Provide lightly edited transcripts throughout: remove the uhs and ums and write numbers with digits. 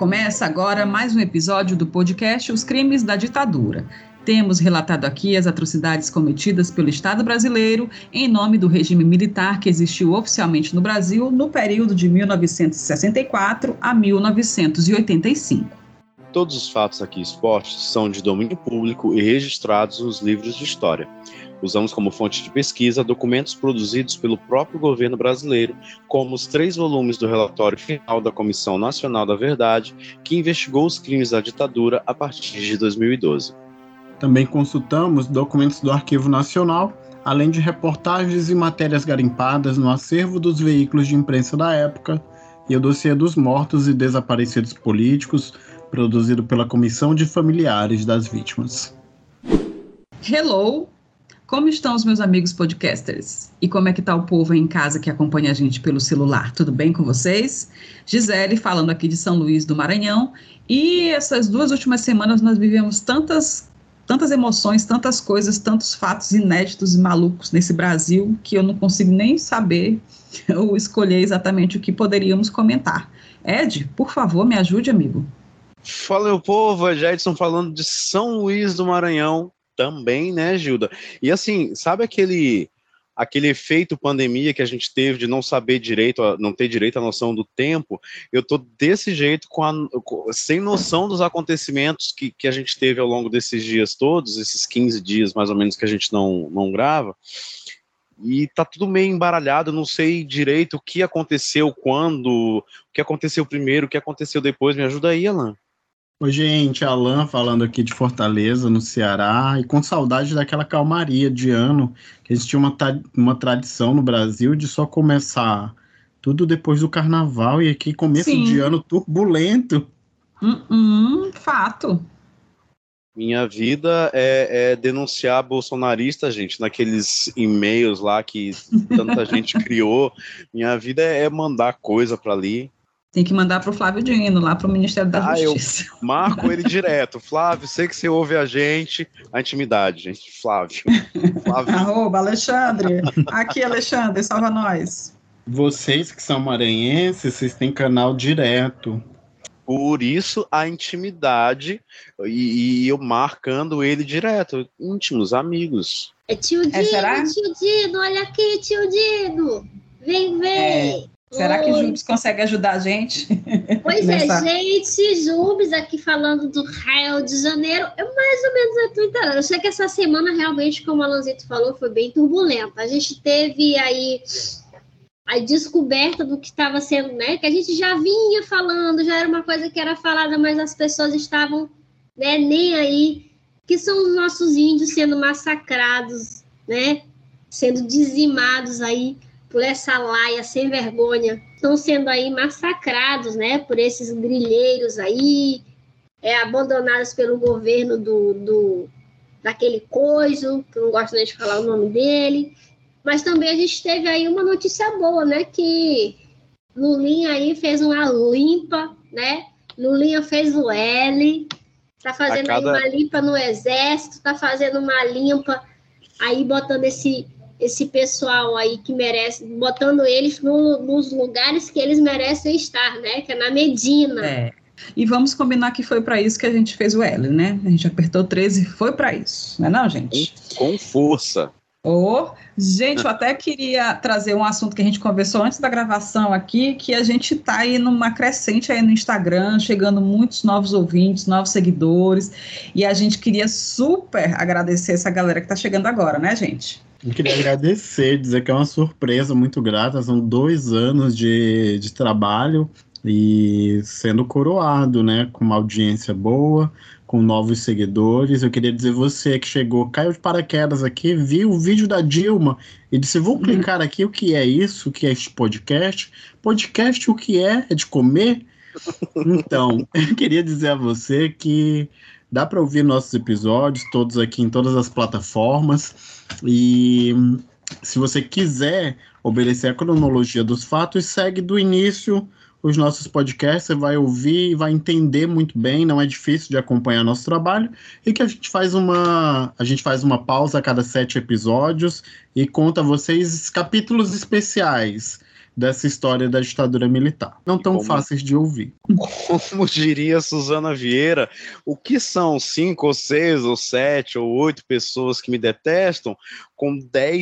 Começa agora mais um episódio do podcast Os Crimes da Ditadura. Temos relatado aqui as atrocidades cometidas pelo Estado brasileiro em nome do regime militar que existiu oficialmente no Brasil no período de 1964 a 1985. Todos os fatos aqui expostos são de domínio público e registrados nos livros de história. Usamos como fonte de pesquisa documentos produzidos pelo próprio governo brasileiro, como os 3 volumes do relatório final da Comissão Nacional da Verdade, que investigou os crimes da ditadura a partir de 2012. Também consultamos documentos do Arquivo Nacional, além de reportagens e matérias garimpadas no acervo dos veículos de imprensa da época e o dossiê dos mortos e desaparecidos políticos, produzido pela Comissão de Familiares das Vítimas. Hello! Como estão os meus amigos podcasters? E como é que tá o povo aí em casa que acompanha a gente pelo celular? Tudo bem com vocês? Gisele falando aqui de São Luís do Maranhão. E essas 2 últimas semanas nós vivemos tantas emoções, tantas coisas, tantos fatos inéditos e malucos nesse Brasil que eu não consigo nem saber ou escolher exatamente o que poderíamos comentar. Ed, por favor, me ajude, amigo. Fala, meu povo, é Jedson falando de São Luís do Maranhão também, né, Gilda? E assim, sabe aquele efeito pandemia que a gente teve de não saber direito, não ter direito à noção do tempo? Eu tô desse jeito, sem noção dos acontecimentos que a gente teve ao longo desses dias todos, esses 15 dias mais ou menos que a gente não grava, e tá tudo meio embaralhado, não sei direito o que aconteceu quando, o que aconteceu primeiro, o que aconteceu depois. Me ajuda aí, Alan. Oi, gente, Alan falando aqui de Fortaleza, no Ceará, e com saudade daquela calmaria de ano, que a gente tinha uma tradição no Brasil de só começar tudo depois do carnaval, e aqui começo Sim. de ano turbulento. Fato. Minha vida é denunciar bolsonarista, gente, naqueles e-mails lá que tanta gente criou. Minha vida é mandar coisa para ali. Tem que mandar para o Flávio Dino, lá para o Ministério da Justiça. Eu marco ele direto. Flávio, sei que você ouve a intimidade, gente. Flávio. Arroba, Alexandre. Aqui, Alexandre, salva nós. Vocês que são maranhenses, vocês têm canal direto. Por isso a intimidade e eu marcando ele direto. Íntimos, amigos. É tio Dino, será? tio Dino, olha aqui, tio Dino. Vem. Será que Jubes consegue ajudar a gente? Pois gente, Jubes aqui falando do Rio de Janeiro, eu mais ou menos estou entendendo. Eu sei que essa semana realmente, como a Alanzito falou, foi bem turbulenta. A gente teve aí a descoberta do que estava sendo, né, que a gente já vinha falando, já era uma coisa que era falada, mas as pessoas estavam, né, nem aí, que são os nossos índios sendo massacrados, né, sendo dizimados aí por essa laia sem vergonha, estão sendo aí massacrados, né, por esses grilheiros aí, abandonados pelo governo daquele coiso, que eu não gosto nem de falar o nome dele, mas também a gente teve aí uma notícia boa, né, que Lulinha aí fez uma limpa, né, Lulinha fez o L, tá fazendo aí uma limpa no exército, tá fazendo uma limpa aí, botando esse pessoal aí que merece, botando eles nos lugares que eles merecem estar, né? Que é na Medina. E vamos combinar que foi para isso que a gente fez o L, né? A gente apertou 13 e foi para isso, não é não, gente? Com força. Gente, eu até queria trazer um assunto que a gente conversou antes da gravação aqui, que a gente tá aí numa crescente aí no Instagram, chegando muitos novos ouvintes, novos seguidores, e a gente queria super agradecer essa galera que tá chegando agora, né, gente? Eu queria agradecer, dizer que é uma surpresa muito grata, são 2 anos de trabalho e sendo coroado, né, com uma audiência boa, com novos seguidores. Eu queria dizer, você que chegou, caiu de paraquedas aqui, viu o vídeo da Dilma e disse, vou clicar aqui, o que é isso, o que é este podcast? Podcast, o que é? É de comer? Então, eu queria dizer a você que dá para ouvir nossos episódios, todos aqui em todas as plataformas, e se você quiser obedecer a cronologia dos fatos, segue do início os nossos podcasts, você vai ouvir e vai entender muito bem, não é difícil de acompanhar nosso trabalho, e que a gente faz uma pausa a cada 7 episódios e conta a vocês capítulos especiais dessa história da ditadura militar. Não tão fáceis de ouvir. Como diria Suzana Vieira, o que são 5 ou 6 ou 7 ou 8 pessoas que me detestam com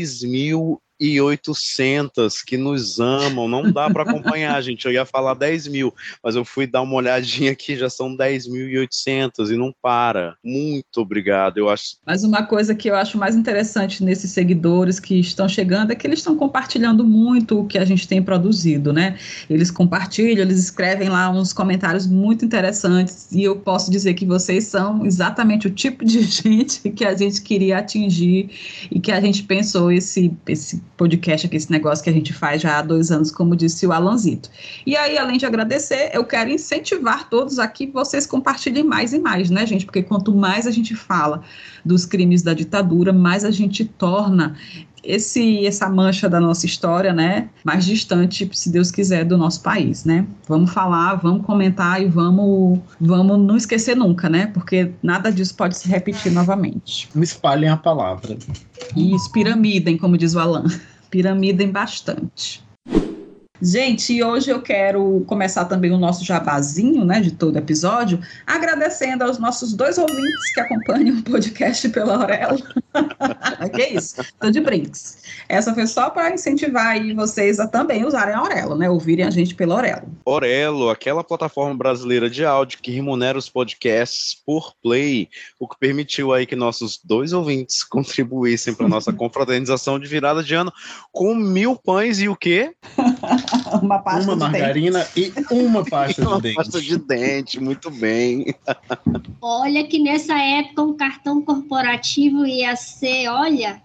10.800 que nos amam? Não dá para acompanhar, gente. Eu ia falar 10 mil, mas eu fui dar uma olhadinha aqui, já são 10.800 e não para. Muito obrigado, eu acho. Mas uma coisa que eu acho mais interessante nesses seguidores que estão chegando é que eles estão compartilhando muito o que a gente tem produzido, né? Eles compartilham, eles escrevem lá uns comentários muito interessantes e eu posso dizer que vocês são exatamente o tipo de gente que a gente queria atingir e que a gente pensou esse podcast aqui, esse negócio que a gente faz já há 2 anos, como disse o Alanzito. E aí, além de agradecer, eu quero incentivar todos aqui que vocês compartilhem mais e mais, né, gente? Porque quanto mais a gente fala dos crimes da ditadura, mais a gente torna essa mancha da nossa história, né, mais distante, se Deus quiser, do nosso país, né? Vamos falar, vamos comentar e vamos não esquecer nunca, né? Porque nada disso pode se repetir novamente. Espalhem a palavra. Isso, piramidem, como diz o Alan. Piramidem bastante. Gente, e hoje eu quero começar também o nosso jabazinho, né, de todo episódio, agradecendo aos nossos 2 ouvintes que acompanham o podcast pela Aurelo. Que isso? Tô de brinks. Essa foi só para incentivar aí vocês a também usarem a Aurelo, né, ouvirem a gente pela Aurelo. Aurelo, aquela plataforma brasileira de áudio que remunera os podcasts por play, o que permitiu aí que nossos 2 ouvintes contribuíssem para nossa confraternização de virada de ano com 1.000 pães e o quê? Uma margarina e uma pasta de dente. Pasta de dente, muito bem. Olha que nessa época um cartão corporativo ia ser, olha...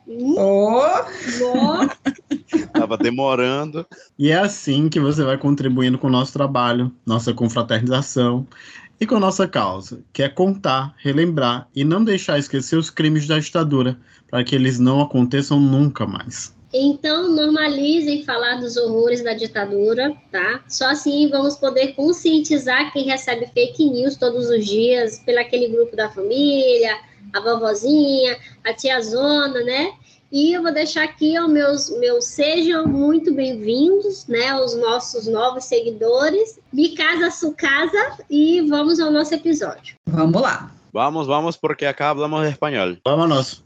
Tava demorando. E é assim que você vai contribuindo com o nosso trabalho, nossa confraternização e com a nossa causa, que é contar, relembrar e não deixar esquecer os crimes da ditadura, para que eles não aconteçam nunca mais. Então, normalizem falar dos horrores da ditadura, tá? Só assim vamos poder conscientizar quem recebe fake news todos os dias, pelaquele grupo da família, a vovozinha, a tiazona, né? E eu vou deixar aqui os meus sejam muito bem-vindos, né? Os nossos novos seguidores. Mi casa, su casa, e vamos ao nosso episódio. Vamos lá. Vamos, porque acá hablamos espanhol. Vamos.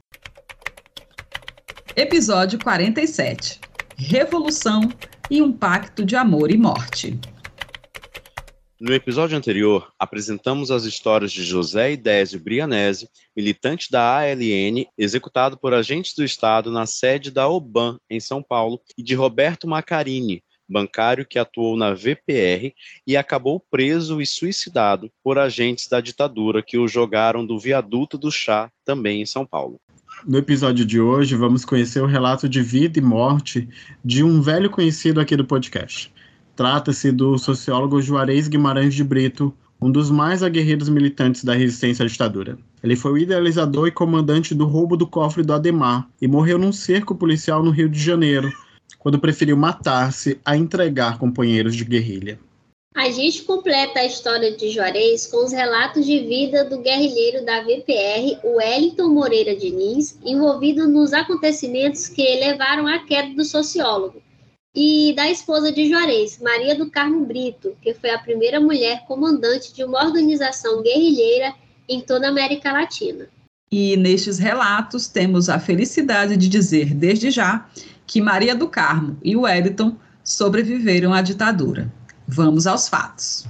Episódio 47. Revolução e um pacto de amor e morte. No episódio anterior, apresentamos as histórias de José Idésio Brianese, militante da ALN, executado por agentes do Estado na sede da OBAN, em São Paulo, e de Roberto Macarini, bancário que atuou na VPR e acabou preso e suicidado por agentes da ditadura que o jogaram do viaduto do Chá, também em São Paulo. No episódio de hoje, vamos conhecer o relato de vida e morte de um velho conhecido aqui do podcast. Trata-se do sociólogo Juarez Guimarães de Brito, um dos mais aguerridos militantes da resistência à ditadura. Ele foi o idealizador e comandante do roubo do cofre do Ademar e morreu num cerco policial no Rio de Janeiro, quando preferiu matar-se a entregar companheiros de guerrilha. A gente completa a história de Juarez com os relatos de vida do guerrilheiro da VPR, Wellington Moreira Diniz, envolvido nos acontecimentos que levaram à queda do sociólogo, e da esposa de Juarez, Maria do Carmo Brito, que foi a primeira mulher comandante de uma organização guerrilheira em toda a América Latina. E nestes relatos temos a felicidade de dizer, desde já, que Maria do Carmo e Wellington sobreviveram à ditadura. Vamos aos fatos.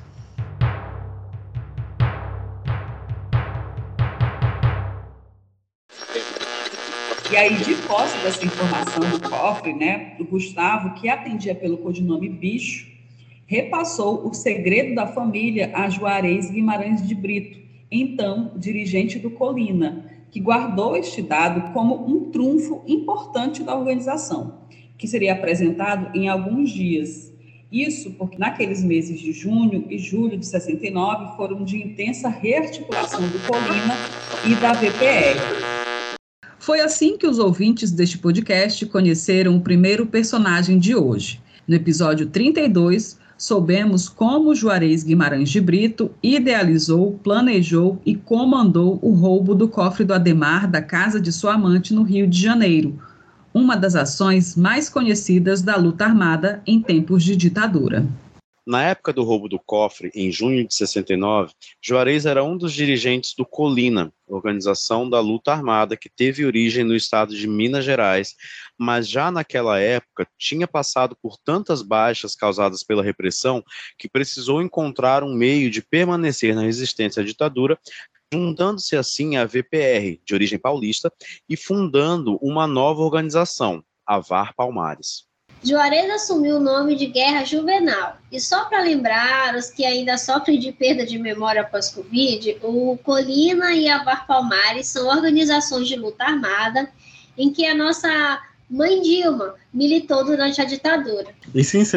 E aí, de posse dessa informação do cofre, né, o Gustavo, que atendia pelo codinome Bicho, repassou o segredo da família a Juarez Guimarães de Brito, então dirigente do Colina, que guardou este dado como um trunfo importante da organização, que seria apresentado em alguns dias. Isso porque naqueles meses de junho e julho de 69 foram de intensa rearticulação do Colina e da VPR. Foi assim que os ouvintes deste podcast conheceram o primeiro personagem de hoje. No episódio 32, soubemos como Juarez Guimarães de Brito idealizou, planejou e comandou o roubo do cofre do Ademar da casa de sua amante no Rio de Janeiro, uma das ações mais conhecidas da luta armada em tempos de ditadura. Na época do roubo do cofre, em junho de 69, Juarez era um dos dirigentes do Colina, organização da luta armada que teve origem no estado de Minas Gerais, mas já naquela época tinha passado por tantas baixas causadas pela repressão que precisou encontrar um meio de permanecer na resistência à ditadura, juntando-se assim à VPR, de origem paulista, e fundando uma nova organização, a VAR Palmares. Juarez assumiu o nome de Guerra Juvenal. E só para lembrar os que ainda sofrem de perda de memória pós-Covid, o Colina e a VAR Palmares são organizações de luta armada em que a nossa mãe Dilma militou durante a ditadura. Isso em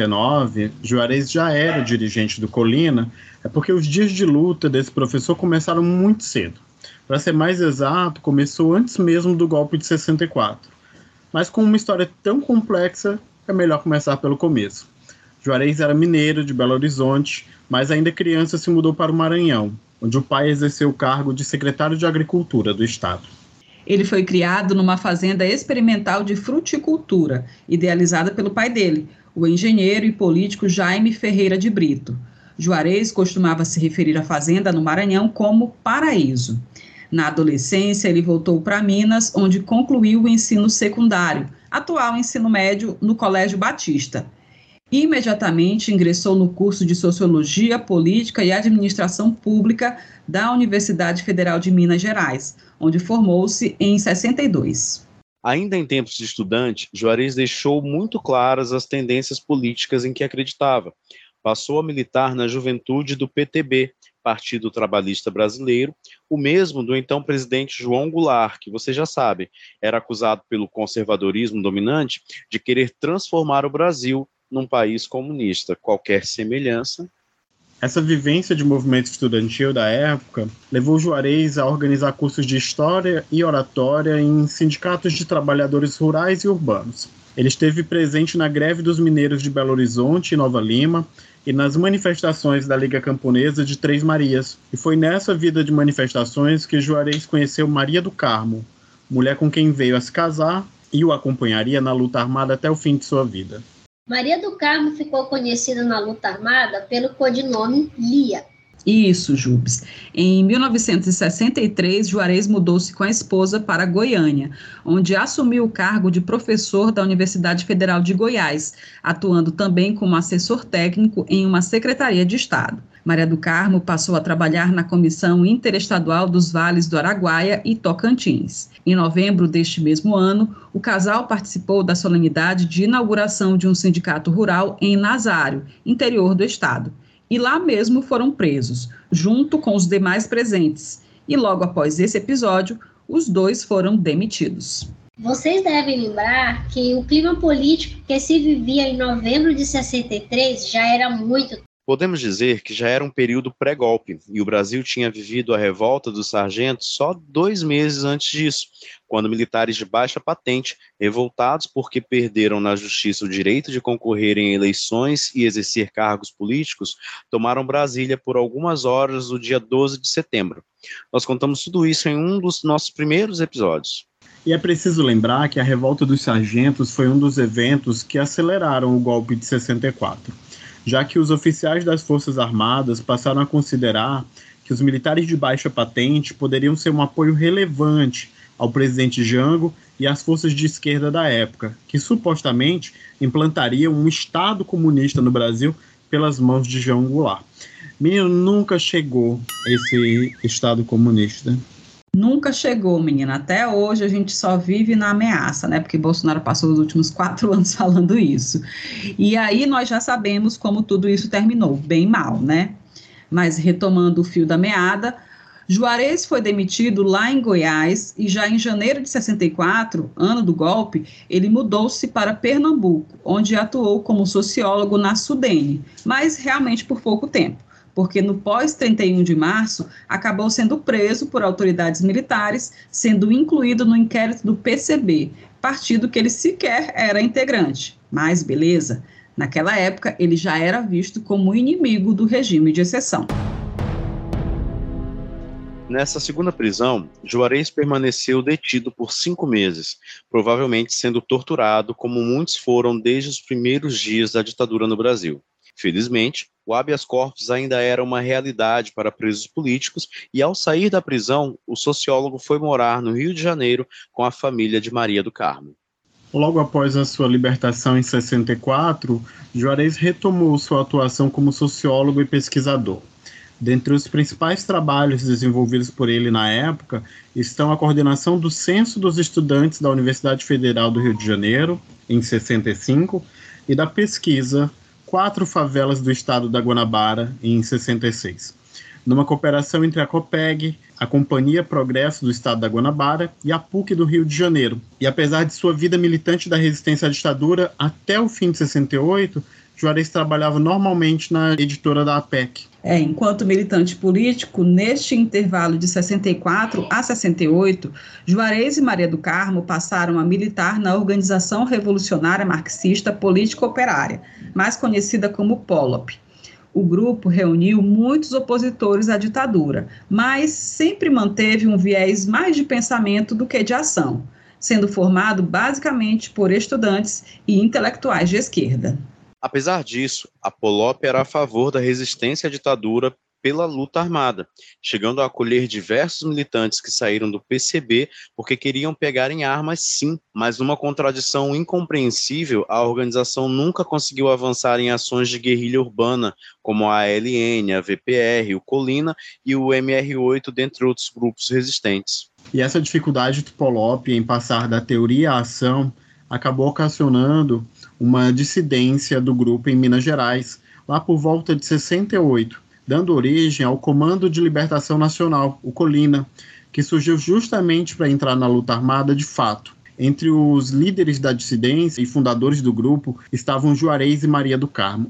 69, Juarez já era dirigente do Colina, é porque os dias de luta desse professor começaram muito cedo. Para ser mais exato, começou antes mesmo do golpe de 64. Mas com uma história tão complexa, é melhor começar pelo começo. Juarez era mineiro de Belo Horizonte, mas ainda criança se mudou para o Maranhão, onde o pai exerceu o cargo de secretário de Agricultura do estado. Ele foi criado numa fazenda experimental de fruticultura, idealizada pelo pai dele, o engenheiro e político Jaime Ferreira de Brito. Juarez costumava se referir à fazenda no Maranhão como Paraíso. Na adolescência, ele voltou para Minas, onde concluiu o ensino secundário, atual ensino médio, no Colégio Batista. Imediatamente ingressou no curso de Sociologia, Política e Administração Pública da Universidade Federal de Minas Gerais, onde formou-se em 62. Ainda em tempos de estudante, Juarez deixou muito claras as tendências políticas em que acreditava. Passou a militar na juventude do PTB, Partido Trabalhista Brasileiro, o mesmo do então presidente João Goulart, que você já sabe, era acusado pelo conservadorismo dominante de querer transformar o Brasil num país comunista. Qualquer semelhança? Essa vivência de movimento estudantil da época levou Juarez a organizar cursos de História e Oratória em sindicatos de trabalhadores rurais e urbanos. Ele esteve presente na greve dos mineiros de Belo Horizonte e Nova Lima e nas manifestações da Liga Camponesa de Três Marias. E foi nessa vida de manifestações que Juarez conheceu Maria do Carmo, mulher com quem veio a se casar e o acompanharia na luta armada até o fim de sua vida. Maria do Carmo ficou conhecida na luta armada pelo codinome Lia. Isso, Jubes. Em 1963, Juarez mudou-se com a esposa para Goiânia, onde assumiu o cargo de professor da Universidade Federal de Goiás, atuando também como assessor técnico em uma secretaria de Estado. Maria do Carmo passou a trabalhar na Comissão Interestadual dos Vales do Araguaia e Tocantins. Em novembro deste mesmo ano, o casal participou da solenidade de inauguração de um sindicato rural em Nazário, interior do estado. E lá mesmo foram presos, junto com os demais presentes. E logo após esse episódio, os dois foram demitidos. Vocês devem lembrar que o clima político que se vivia em novembro de 63 já era muito. Podemos dizer que já era um período pré-golpe, e o Brasil tinha vivido a revolta dos sargentos só 2 meses antes disso, quando militares de baixa patente, revoltados porque perderam na justiça o direito de concorrer em eleições e exercer cargos políticos, tomaram Brasília por algumas horas no dia 12 de setembro. Nós contamos tudo isso em um dos nossos primeiros episódios. E é preciso lembrar que a revolta dos sargentos foi um dos eventos que aceleraram o golpe de 64. Já que os oficiais das Forças Armadas passaram a considerar que os militares de baixa patente poderiam ser um apoio relevante ao presidente Jango e às forças de esquerda da época, que supostamente implantariam um Estado comunista no Brasil pelas mãos de João Goulart. Menino, nunca chegou esse Estado comunista. Nunca chegou, menina. Até hoje a gente só vive na ameaça, né? Porque Bolsonaro passou os últimos 4 anos falando isso. E aí nós já sabemos como tudo isso terminou, bem mal, né? Mas retomando o fio da meada, Juarez foi demitido lá em Goiás e já em janeiro de 64, ano do golpe, ele mudou-se para Pernambuco, onde atuou como sociólogo na SUDENE, mas realmente por pouco tempo, porque no pós-31 de março acabou sendo preso por autoridades militares, sendo incluído no inquérito do PCB, partido que ele sequer era integrante. Mas beleza, naquela época ele já era visto como inimigo do regime de exceção. Nessa segunda prisão, Juarez permaneceu detido por 5 meses, provavelmente sendo torturado, como muitos foram desde os primeiros dias da ditadura no Brasil. Felizmente, o habeas corpus ainda era uma realidade para presos políticos e, ao sair da prisão, o sociólogo foi morar no Rio de Janeiro com a família de Maria do Carmo. Logo após a sua libertação em 64, Juarez retomou sua atuação como sociólogo e pesquisador. Dentre os principais trabalhos desenvolvidos por ele na época estão a coordenação do Censo dos Estudantes da Universidade Federal do Rio de Janeiro, em 65, e da pesquisa 4 favelas do estado da Guanabara, em 66, numa cooperação entre a COPEG, a Companhia Progresso do estado da Guanabara e a PUC do Rio de Janeiro. E apesar de sua vida militante da resistência à ditadura, até o fim de 68, Juarez trabalhava normalmente na editora da APEC. Enquanto militante político, neste intervalo de 64 a 68, Juarez e Maria do Carmo passaram a militar na Organização Revolucionária Marxista Político-Operária, mais conhecida como POLOP. O grupo reuniu muitos opositores à ditadura, mas sempre manteve um viés mais de pensamento do que de ação, sendo formado basicamente por estudantes e intelectuais de esquerda. Apesar disso, a POLOP era a favor da resistência à ditadura pela luta armada, chegando a acolher diversos militantes que saíram do PCB porque queriam pegar em armas sim, mas numa contradição incompreensível, a organização nunca conseguiu avançar em ações de guerrilha urbana, como a ALN, a VPR, o Colina e o MR8, dentre outros grupos resistentes. E essa dificuldade do POLOP em passar da teoria à ação acabou ocasionando uma dissidência do grupo em Minas Gerais, lá por volta de 68, dando origem ao Comando de Libertação Nacional, o Colina, que surgiu justamente para entrar na luta armada de fato. Entre os líderes da dissidência e fundadores do grupo estavam Juarez e Maria do Carmo.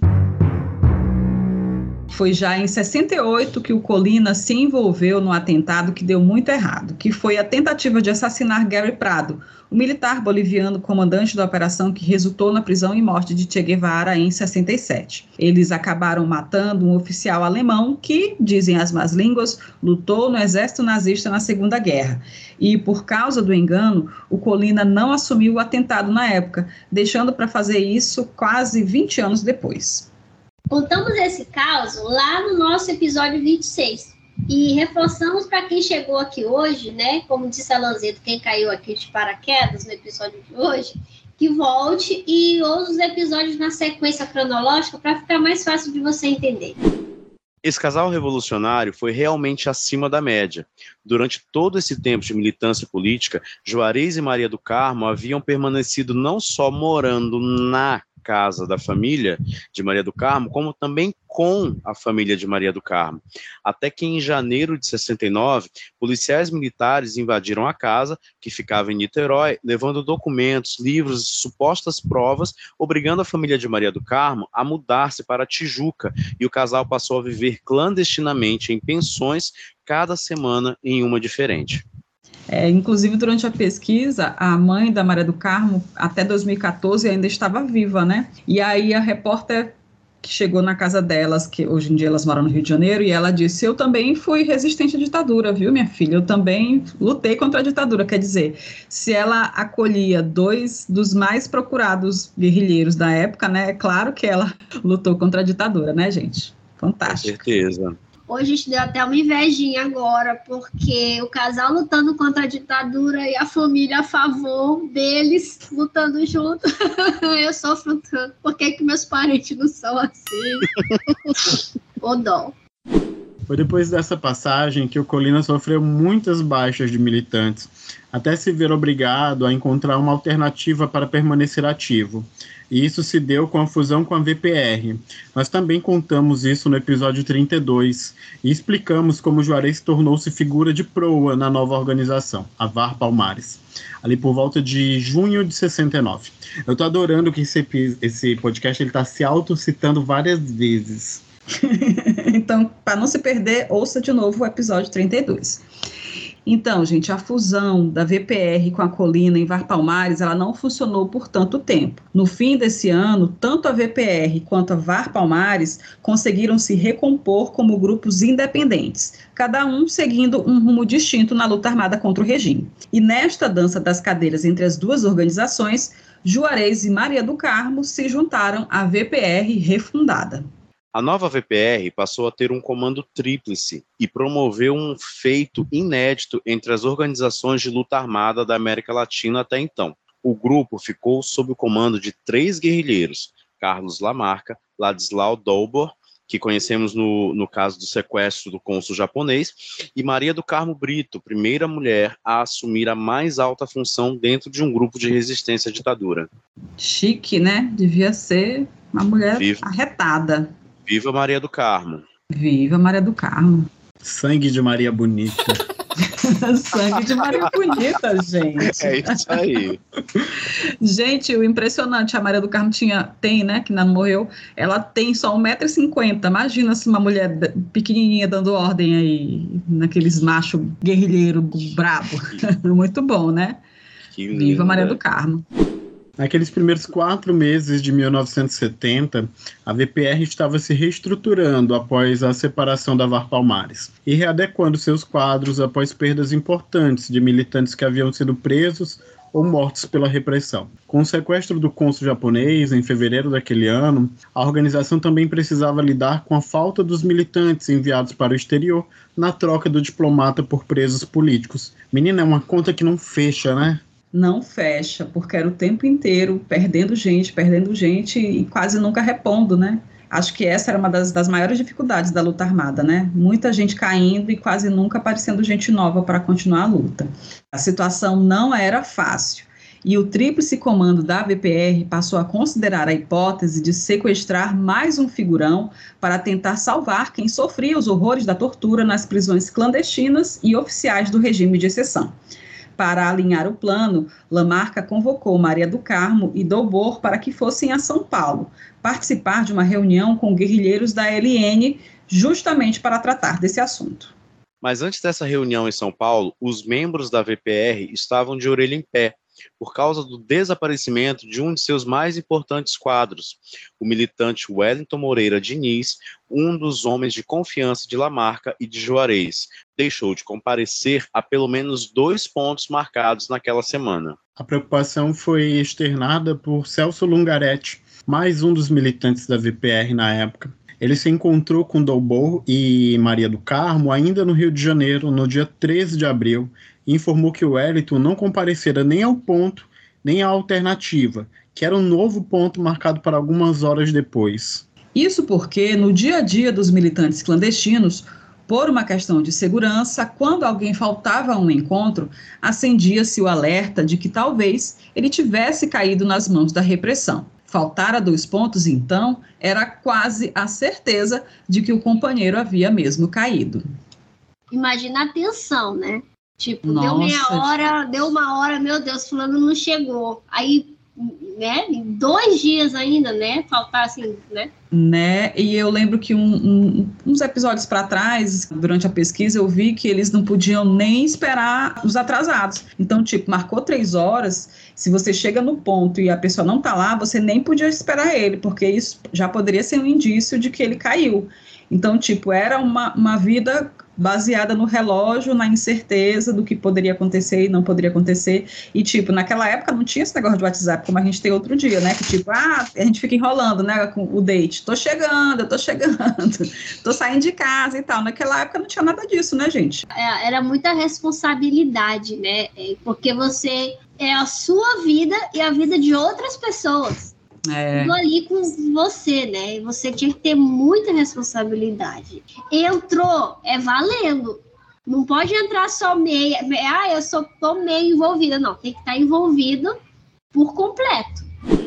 Foi já em 68 que o Colina se envolveu num atentado que deu muito errado, que foi a tentativa de assassinar Gary Prado, o militar boliviano comandante da operação que resultou na prisão e morte de Che Guevara em 67. Eles acabaram matando um oficial alemão que, dizem as más línguas, lutou no exército nazista na Segunda Guerra. E, por causa do engano, o Colina não assumiu o atentado na época, deixando para fazer isso quase 20 anos depois. Contamos esse caso lá no nosso episódio 26 e reforçamos para quem chegou aqui hoje, né, como disse a Lanzeto, quem caiu aqui de paraquedas no episódio de hoje, que volte e ouça os episódios na sequência cronológica para ficar mais fácil de você entender. Esse casal revolucionário foi realmente acima da média. Durante todo esse tempo de militância política, Juarez e Maria do Carmo haviam permanecido não só morando na casa da família de Maria do Carmo, como também com a família de Maria do Carmo. Até que em janeiro de 69, policiais militares invadiram a casa, que ficava em Niterói, levando documentos, livros e supostas provas, obrigando a família de Maria do Carmo a mudar-se para Tijuca, e o casal passou a viver clandestinamente em pensões, cada semana em uma diferente. Inclusive, durante a pesquisa, a mãe da Maria do Carmo, até 2014, ainda estava viva, né? E aí a repórter que chegou na casa delas, que hoje em dia elas moram no Rio de Janeiro, e ela disse: eu também fui resistente à ditadura, viu, minha filha? Eu também lutei contra a ditadura. Quer dizer, se ela acolhia 2 dos mais procurados guerrilheiros da época, né? É claro que ela lutou contra a ditadura, né, gente? Fantástico. Com certeza. Hoje a gente deu até uma invejinha agora, porque o casal lutando contra a ditadura e a família a favor deles, lutando junto. Eu sofro tanto. Por que meus parentes não são assim? Ô dó. Foi depois dessa passagem que o Colina sofreu muitas baixas de militantes, até se ver obrigado a encontrar uma alternativa para permanecer ativo. E isso se deu com a fusão com a VPR. Nós também contamos isso no episódio 32 e explicamos como Juarez tornou-se figura de proa na nova organização, a VAR Palmares, ali por volta de junho de 69. Eu estou adorando que esse podcast está se autocitando várias vezes. Então, para não se perder, ouça de novo o episódio 32. Então, gente, a fusão da VPR com a Colina em VAR Palmares, ela não funcionou por tanto tempo. No fim desse ano, tanto a VPR quanto a VAR Palmares conseguiram se recompor como grupos independentes, cada um seguindo um rumo distinto na luta armada contra o regime. E nesta dança das cadeiras entre as duas organizações, Juarez e Maria do Carmo se juntaram à VPR refundada. A nova VPR passou a ter um comando tríplice e promoveu um feito inédito entre as organizações de luta armada da América Latina até então. O grupo ficou sob o comando de 3 guerrilheiros, Carlos Lamarca, Ladislau Dolbor, que conhecemos no caso do sequestro do cônsul japonês, e Maria do Carmo Brito, primeira mulher a assumir a mais alta função dentro de um grupo de resistência à ditadura. Chique, né? Devia ser uma mulher arretada. Viva Maria do Carmo. Viva Maria do Carmo. Sangue de Maria Bonita. Sangue de Maria Bonita, gente. É isso aí. Gente, o impressionante, a Maria do Carmo tem, né, que não morreu, ela tem só 1,50 m. Imagina se uma mulher pequenininha dando ordem aí, naqueles machos guerrilheiro brabo. Muito bom, né? Que linda. Viva Maria do Carmo. Naqueles primeiros 4 meses de 1970, a VPR estava se reestruturando após a separação da VAR Palmares e readequando seus quadros após perdas importantes de militantes que haviam sido presos ou mortos pela repressão. Com o sequestro do cônsul japonês, em fevereiro daquele ano, a organização também precisava lidar com a falta dos militantes enviados para o exterior na troca do diplomata por presos políticos. Menina, é uma conta que não fecha, né? Não fecha, porque era o tempo inteiro perdendo gente e quase nunca repondo, né? Acho que essa era uma das maiores dificuldades da luta armada, né? Muita gente caindo e quase nunca aparecendo gente nova para continuar a luta. A situação não era fácil. E o tríplice comando da VPR passou a considerar a hipótese de sequestrar mais um figurão para tentar salvar quem sofria os horrores da tortura nas prisões clandestinas e oficiais do regime de exceção. Para alinhar o plano, Lamarca convocou Maria do Carmo e Dolbor para que fossem a São Paulo, participar de uma reunião com guerrilheiros da LN, justamente para tratar desse assunto. Mas antes dessa reunião em São Paulo, os membros da VPR estavam de orelha em pé, por causa do desaparecimento de um de seus mais importantes quadros, o militante Wellington Moreira Diniz, um dos homens de confiança de Lamarca e de Juarez. Deixou de comparecer a pelo menos 2 pontos marcados naquela semana. A preocupação foi externada por Celso Lungaretti, mais um dos militantes da VPR na época. Ele se encontrou com Dolbor e Maria do Carmo ainda no Rio de Janeiro, no dia 13 de abril, e informou que o Wellington não comparecera nem ao ponto, nem à alternativa, que era um novo ponto marcado para algumas horas depois. Isso porque, no dia a dia dos militantes clandestinos, por uma questão de segurança, quando alguém faltava a um encontro, acendia-se o alerta de que talvez ele tivesse caído nas mãos da repressão. Faltar a 2 pontos, então, era quase a certeza de que o companheiro havia mesmo caído. Imagina a tensão, né? Tipo, Nossa. deu uma hora, meu Deus, fulano não chegou. Aí, né, 2 dias ainda, né, faltar assim, né? Né? E eu lembro que uns episódios para trás, durante a pesquisa, eu vi que eles não podiam nem esperar os atrasados. Então, tipo, marcou 3 horas, se você chega no ponto e a pessoa não tá lá, você nem podia esperar ele, porque isso já poderia ser um indício de que ele caiu. Então, tipo, era uma vida baseada no relógio, na incerteza do que poderia acontecer e não poderia acontecer. E, tipo, naquela época não tinha esse negócio de WhatsApp, como a gente tem outro dia, né? Que, tipo, a gente fica enrolando, né, com o date. Tô chegando, tô saindo de casa e tal. Naquela época não tinha nada disso, né, gente? Era muita responsabilidade, né? Porque você é a sua vida e a vida de outras pessoas. Tudo ali com você, né? Você tinha que ter muita responsabilidade. Entrou, é valendo. Não pode entrar só meia. Eu só tô meio envolvida. Não, tem que estar envolvido por completo.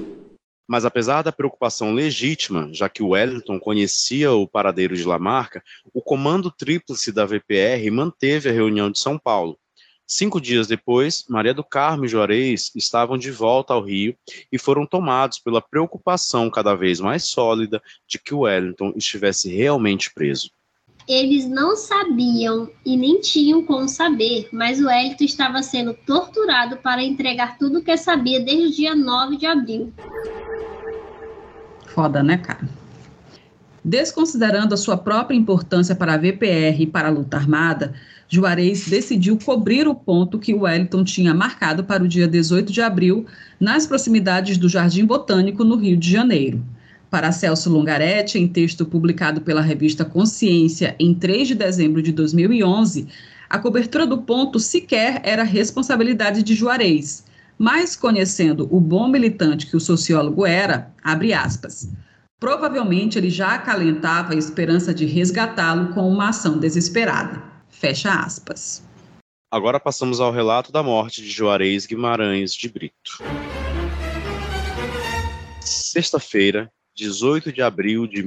Mas apesar da preocupação legítima, já que o Wellington conhecia o paradeiro de Lamarca, o comando tríplice da VPR manteve a reunião de São Paulo. 5 dias depois, Maria do Carmo e Juarez estavam de volta ao Rio e foram tomados pela preocupação cada vez mais sólida de que o Wellington estivesse realmente preso. eles não sabiam e nem tinham como saber, mas o Wellington estava sendo torturado para entregar tudo o que sabia desde o dia 9 de abril. Foda, né, cara? Desconsiderando a sua própria importância para a VPR e para a luta armada, Juarez decidiu cobrir o ponto que Wellington tinha marcado para o dia 18 de abril, nas proximidades do Jardim Botânico, no Rio de Janeiro. Para Celso Longaretti, em texto publicado pela revista Consciência em 3 de dezembro de 2011, a cobertura do ponto sequer era responsabilidade de Juarez, mas conhecendo o bom militante que o sociólogo era, abre aspas, provavelmente ele já acalentava a esperança de resgatá-lo com uma ação desesperada. Fecha aspas. Agora passamos ao relato da morte de Juarez Guimarães de Brito. Sexta-feira, 18 de abril de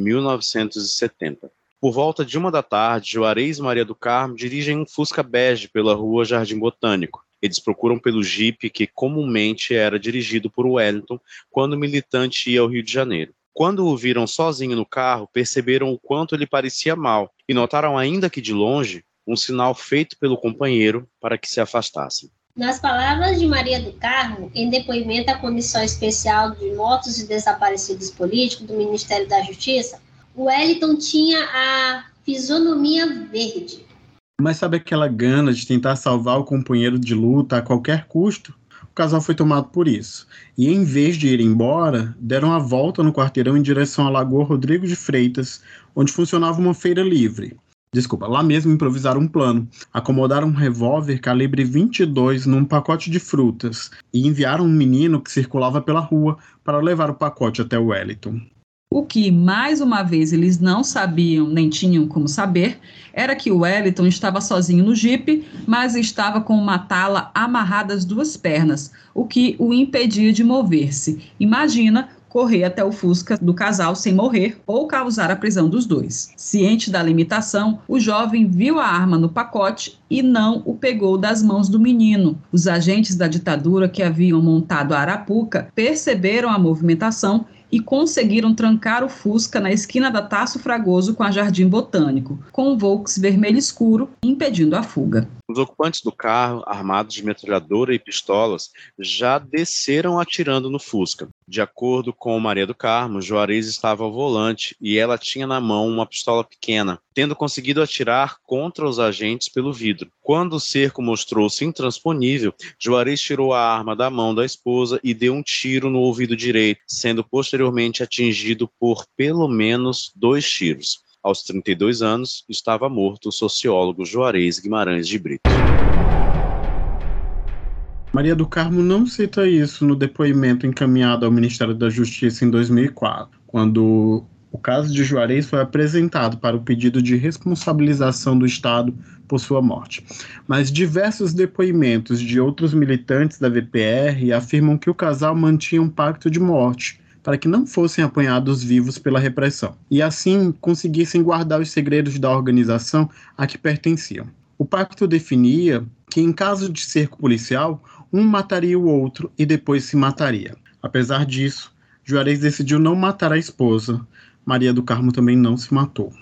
1970. Por volta de 1 da tarde, Juarez e Maria do Carmo dirigem um Fusca bege pela rua Jardim Botânico. Eles procuram pelo jipe que comumente era dirigido por Wellington quando o militante ia ao Rio de Janeiro. Quando o viram sozinho no carro, perceberam o quanto ele parecia mal e notaram ainda que de longe um sinal feito pelo companheiro para que se afastassem. Nas palavras de Maria do Carmo, em depoimento à Comissão Especial de Mortos e Desaparecidos Políticos do Ministério da Justiça, o Wellington tinha a fisionomia verde. Mas sabe aquela gana de tentar salvar o companheiro de luta a qualquer custo? O casal foi tomado por isso. E em vez de ir embora, deram a volta no quarteirão em direção à Lagoa Rodrigo de Freitas, onde funcionava uma feira livre. Lá mesmo improvisaram um plano. Acomodaram um revólver calibre 22 num pacote de frutas e enviaram um menino que circulava pela rua para levar o pacote até o Wellington. O que, mais uma vez, eles não sabiam nem tinham como saber, era que o Wellington estava sozinho no jipe, mas estava com uma tala amarrada às 2 pernas, o que o impedia de mover-se. Imagina correr até o Fusca do casal sem morrer ou causar a prisão dos dois. Ciente da limitação, o jovem viu a arma no pacote e não o pegou das mãos do menino. Os agentes da ditadura que haviam montado a Arapuca perceberam a movimentação e conseguiram trancar o Fusca na esquina da Tasso Fragoso com a Jardim Botânico, com um Volks vermelho escuro, impedindo a fuga. Os ocupantes do carro, armados de metralhadora e pistolas, já desceram atirando no Fusca. De acordo com Maria do Carmo, Juarez estava ao volante e ela tinha na mão uma pistola pequena, tendo conseguido atirar contra os agentes pelo vidro. Quando o cerco mostrou-se intransponível, Juarez tirou a arma da mão da esposa e deu um tiro no ouvido direito, sendo posteriormente atingido por pelo menos 2 tiros. Aos 32 anos, estava morto o sociólogo Juarez Guimarães de Brito. Maria do Carmo não cita isso no depoimento encaminhado ao Ministério da Justiça em 2004, quando o caso de Juarez foi apresentado para o pedido de responsabilização do Estado por sua morte. Mas diversos depoimentos de outros militantes da VPR afirmam que o casal mantinha um pacto de morte para que não fossem apanhados vivos pela repressão, e assim conseguissem guardar os segredos da organização a que pertenciam. O pacto definia que, em caso de cerco policial, um mataria o outro e depois se mataria. Apesar disso, Juarez decidiu não matar a esposa. Maria do Carmo também não se matou.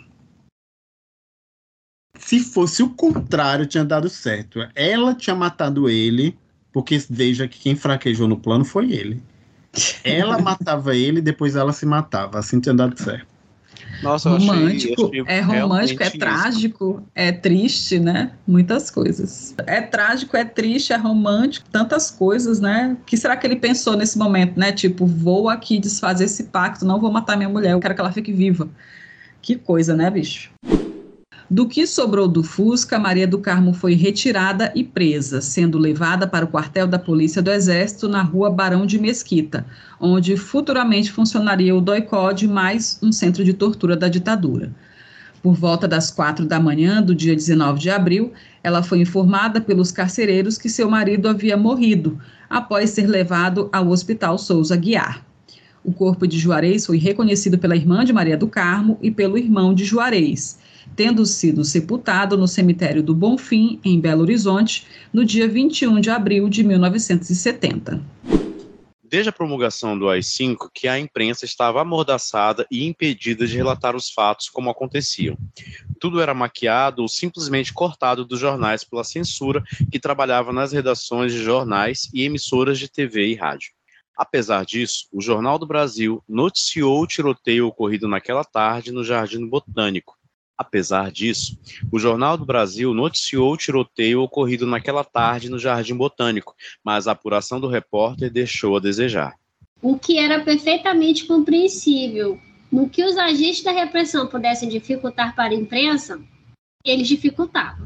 Se fosse o contrário, tinha dado certo. Ela tinha matado ele, porque veja que quem fraquejou no plano foi ele. Ela matava ele, depois ela se matava. Assim tinha dado certo. Nossa, romântico, é romântico, é trágico, é triste, né? Muitas coisas. É trágico, é triste, é romântico, tantas coisas, né? O que será que ele pensou nesse momento, né? Tipo, vou aqui desfazer esse pacto, não vou matar minha mulher, eu quero que ela fique viva. Que coisa, né, bicho? Do que sobrou do Fusca, Maria do Carmo foi retirada e presa, sendo levada para o quartel da Polícia do Exército na rua Barão de Mesquita, onde futuramente funcionaria o DOI-CODE mais um centro de tortura da ditadura. Por volta das 4 da manhã do dia 19 de abril, ela foi informada pelos carcereiros que seu marido havia morrido, após ser levado ao Hospital Souza Aguiar. O corpo de Juarez foi reconhecido pela irmã de Maria do Carmo e pelo irmão de Juarez, tendo sido sepultado no cemitério do Bonfim, em Belo Horizonte, no dia 21 de abril de 1970. desde a promulgação do AI-5 que a imprensa estava amordaçada e impedida de relatar os fatos como aconteciam. Tudo era maquiado ou simplesmente cortado dos jornais pela censura que trabalhava nas redações de jornais e emissoras de TV e rádio. Apesar disso, o Jornal do Brasil noticiou o tiroteio ocorrido naquela tarde no Jardim Botânico. Apesar disso, o Jornal do Brasil noticiou o tiroteio ocorrido naquela tarde no Jardim Botânico, mas a apuração do repórter deixou a desejar. O que era perfeitamente compreensível. No que os agentes da repressão pudessem dificultar para a imprensa, eles dificultavam.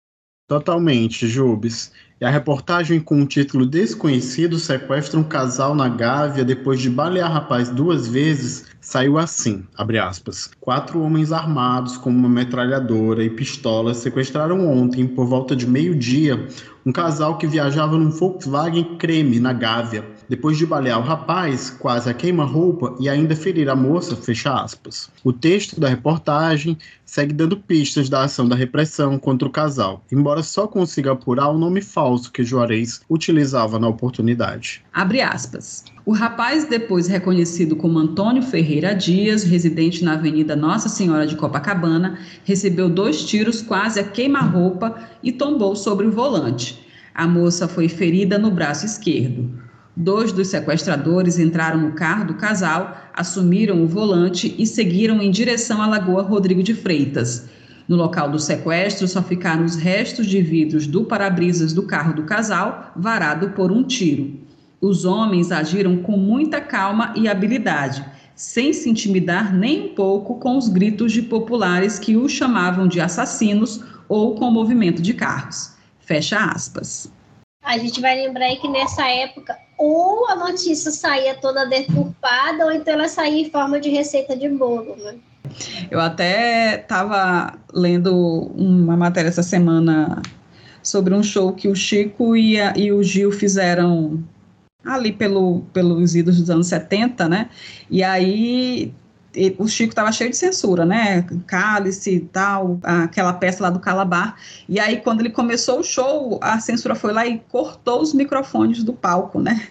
Totalmente, Jubes. E a reportagem com um título desconhecido sequestra um casal na Gávea depois de balear rapaz 2 vezes, saiu assim, abre aspas. 4 homens armados com uma metralhadora e pistolas sequestraram ontem, por volta de meio-dia, um casal que viajava num Volkswagen Creme na Gávea. Depois de balear o rapaz, quase a queima-roupa e ainda ferir a moça, fecha aspas. O texto da reportagem segue dando pistas da ação da repressão contra o casal, embora só consiga apurar o nome falso que Juarez utilizava na oportunidade. Abre aspas. O rapaz, depois reconhecido como Antônio Ferreira Dias, residente na Avenida Nossa Senhora de Copacabana, recebeu 2 tiros quase a queima-roupa e tombou sobre o volante. A moça foi ferida no braço esquerdo. 2 dos sequestradores entraram no carro do casal, assumiram o volante e seguiram em direção à Lagoa Rodrigo de Freitas. No local do sequestro, só ficaram os restos de vidros do para-brisas do carro do casal, varado por um tiro. Os homens agiram com muita calma e habilidade, sem se intimidar nem um pouco com os gritos de populares que os chamavam de assassinos ou com o movimento de carros. Fecha aspas. A gente vai lembrar aí que nessa época ou a notícia saía toda deturpada ou então ela saía em forma de receita de bolo, né? Eu até estava lendo uma matéria essa semana sobre um show que o Chico e o Gil fizeram ali pelos idos dos anos 70, né? E aí o Chico estava cheio de censura, né? Cálice e tal, aquela peça lá do Calabar. E aí, quando ele começou o show, a censura foi lá e cortou os microfones do palco, né?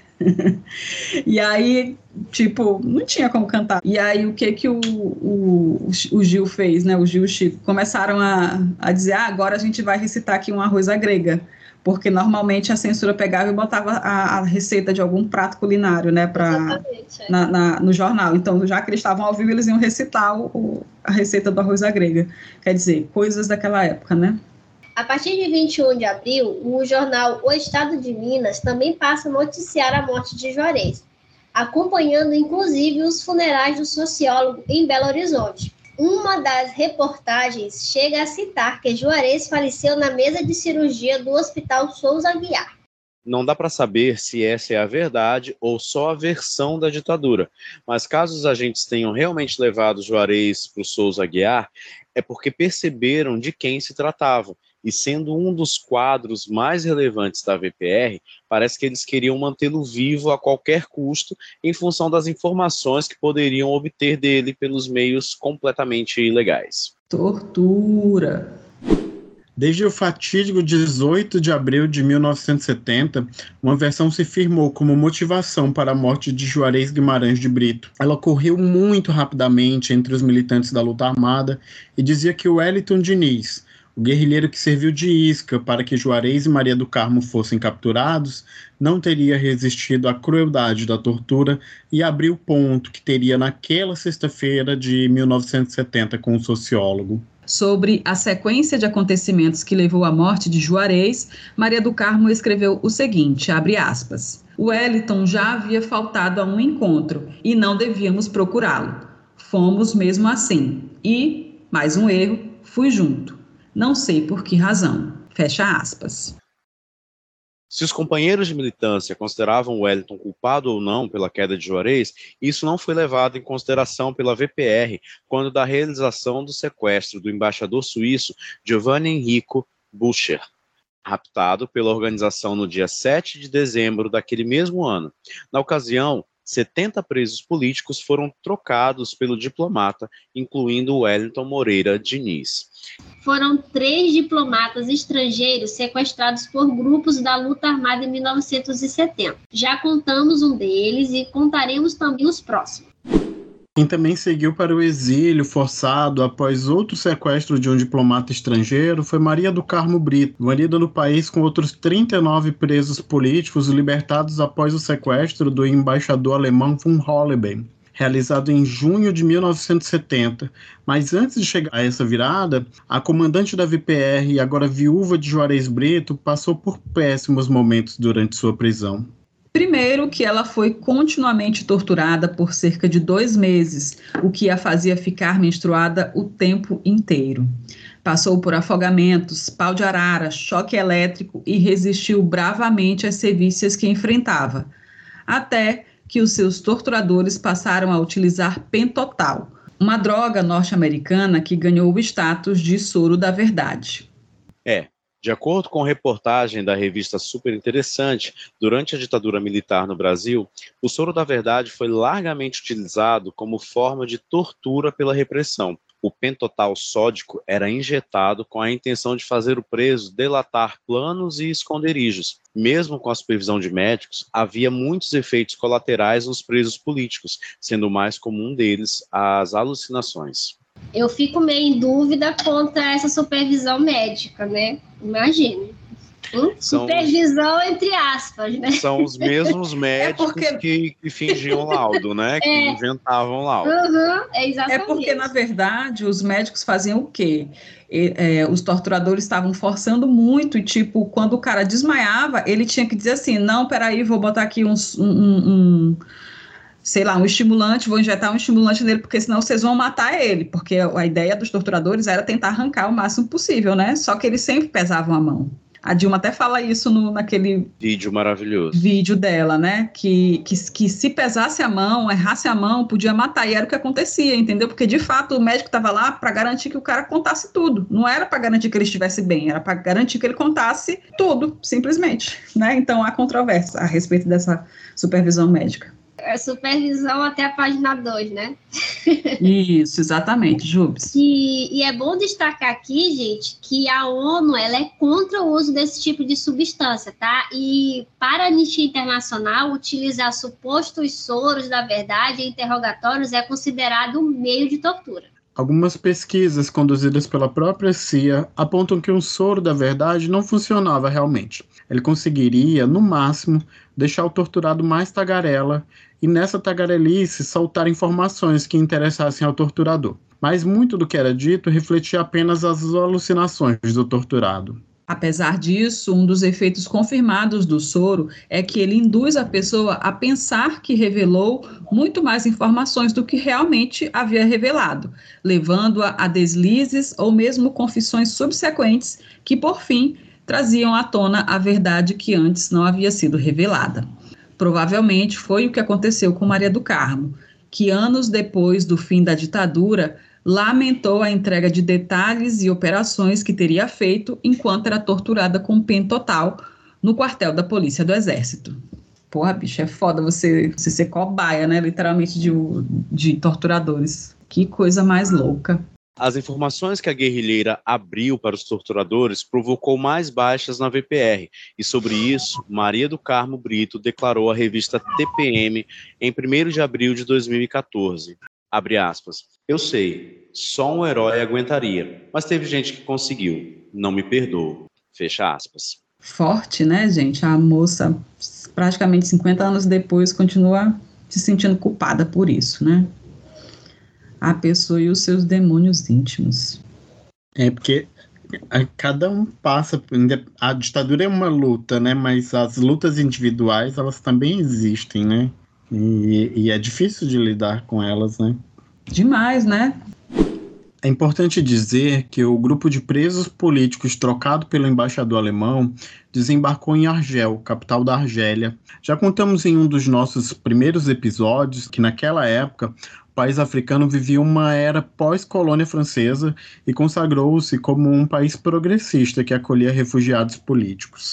E aí, tipo, não tinha como cantar. E aí, o que o Gil fez, né? O Gil e o Chico começaram a dizer, agora a gente vai recitar aqui um arroz à grega. Porque normalmente a censura pegava e botava a receita de algum prato culinário, né, no jornal. Então, já que eles estavam ao vivo, eles iam recitar a receita do arroz à grega. Quer dizer, coisas daquela época, né? A partir de 21 de abril, o jornal O Estado de Minas também passa a noticiar a morte de Juarez, acompanhando inclusive os funerais do sociólogo em Belo Horizonte. Uma das reportagens chega a citar que Juarez faleceu na mesa de cirurgia do Hospital Souza Aguiar. Não dá para saber se essa é a verdade ou só a versão da ditadura, mas caso os agentes tenham realmente levado Juarez para o Souza Aguiar, é porque perceberam de quem se tratava. E sendo um dos quadros mais relevantes da VPR, parece que eles queriam mantê-lo vivo a qualquer custo, em função das informações que poderiam obter dele pelos meios completamente ilegais. Tortura. Desde o fatídico 18 de abril de 1970, uma versão se firmou como motivação para a morte de Juarez Guimarães de Brito. Ela ocorreu muito rapidamente entre os militantes da luta armada e dizia que Wellington Diniz, o guerrilheiro que serviu de isca para que Juarez e Maria do Carmo fossem capturados, não teria resistido à crueldade da tortura e abriu o ponto que teria naquela sexta-feira de 1970 com o sociólogo. Sobre a sequência de acontecimentos que levou à morte de Juarez, Maria do Carmo escreveu o seguinte, abre aspas, Wellington já havia faltado a um encontro e não devíamos procurá-lo. Fomos mesmo assim e, mais um erro, fui junto. Não sei por que razão. Fecha aspas. Se os companheiros de militância consideravam Wellington culpado ou não pela queda de Juarez, isso não foi levado em consideração pela VPR quando da realização do sequestro do embaixador suíço Giovanni Enrico Bucher, raptado pela organização no dia 7 de dezembro daquele mesmo ano. Na ocasião, 70 presos políticos foram trocados pelo diplomata, incluindo Wellington Moreira Diniz. Foram 3 diplomatas estrangeiros sequestrados por grupos da luta armada em 1970. Já contamos um deles e contaremos também os próximos. Quem também seguiu para o exílio forçado após outro sequestro de um diplomata estrangeiro foi Maria do Carmo Brito, banida no país com outros 39 presos políticos libertados após o sequestro do embaixador alemão von Holleben, realizado em junho de 1970. Mas antes de chegar a essa virada, a comandante da VPR e agora viúva de Juarez Brito passou por péssimos momentos durante sua prisão. Primeiro, que ela foi continuamente torturada por cerca de 2 meses, o que a fazia ficar menstruada o tempo inteiro. Passou por afogamentos, pau de arara, choque elétrico e resistiu bravamente às sevícias que enfrentava, até que os seus torturadores passaram a utilizar pentotal, uma droga norte-americana que ganhou o status de soro da verdade. De acordo com reportagem da revista Super Interessante, durante a ditadura militar no Brasil, o soro da verdade foi largamente utilizado como forma de tortura pela repressão. O pentotal sódico era injetado com a intenção de fazer o preso delatar planos e esconderijos. Mesmo com a supervisão de médicos, havia muitos efeitos colaterais nos presos políticos, sendo o mais comum deles as alucinações. Eu fico meio em dúvida quanto a essa supervisão médica, né? Imagine. Supervisão entre aspas, né? São os mesmos médicos que fingiam laudo, né? Que inventavam laudo. Exatamente. É porque, na verdade, os médicos faziam o quê? Os torturadores estavam forçando muito e, tipo, quando o cara desmaiava, ele tinha que dizer assim, não, peraí, vou botar aqui um estimulante, vou injetar um estimulante nele, porque senão vocês vão matar ele, porque a ideia dos torturadores era tentar arrancar o máximo possível, né? Só que eles sempre pesavam a mão. A Dilma até fala isso naquele vídeo maravilhoso. Vídeo dela, né? Que se pesasse a mão, errasse a mão, podia matar. E era o que acontecia, entendeu? Porque, de fato, o médico estava lá para garantir que o cara contasse tudo. Não era para garantir que ele estivesse bem, era para garantir que ele contasse tudo, simplesmente, né? Então, há controvérsia a respeito dessa supervisão médica. É supervisão até a página 2, né? Isso, exatamente, Jubes. E é bom destacar aqui, gente, que a ONU ela é contra o uso desse tipo de substância, tá? E para a Anistia Internacional, utilizar supostos soros da verdade em interrogatórios é considerado um meio de tortura. Algumas pesquisas conduzidas pela própria CIA apontam que um soro da verdade não funcionava realmente. Ele conseguiria, no máximo, deixar o torturado mais tagarela e nessa tagarelice soltar informações que interessassem ao torturador. Mas muito do que era dito refletia apenas as alucinações do torturado. Apesar disso, um dos efeitos confirmados do soro é que ele induz a pessoa a pensar que revelou muito mais informações do que realmente havia revelado, levando-a a deslizes ou mesmo confissões subsequentes que, por fim, traziam à tona a verdade que antes não havia sido revelada. Provavelmente foi o que aconteceu com Maria do Carmo, que anos depois do fim da ditadura, lamentou a entrega de detalhes e operações que teria feito enquanto era torturada com pentotal no quartel da Polícia do Exército. Porra, bicho, é foda você ser cobaia, né, literalmente, de torturadores. Que coisa mais louca. As informações que a guerrilheira abriu para os torturadores provocou mais baixas na VPR, e sobre isso, Maria do Carmo Brito declarou à revista TPM em 1º de abril de 2014. Abre aspas. Eu sei, só um herói aguentaria, mas teve gente que conseguiu. Não me perdoo. Fecha aspas. Forte, né, gente? A moça, praticamente 50 anos depois, continua se sentindo culpada por isso, né? A pessoa e os seus demônios íntimos. É porque cada um passa... A ditadura é uma luta, né? Mas as lutas individuais, elas também existem, né? E é difícil de lidar com elas, né? Demais, né? É importante dizer que o grupo de presos políticos trocado pelo embaixador alemão desembarcou em Argel, capital da Argélia. Já contamos em um dos nossos primeiros episódios que naquela época o país africano vivia uma era pós-colônia francesa e consagrou-se como um país progressista que acolhia refugiados políticos.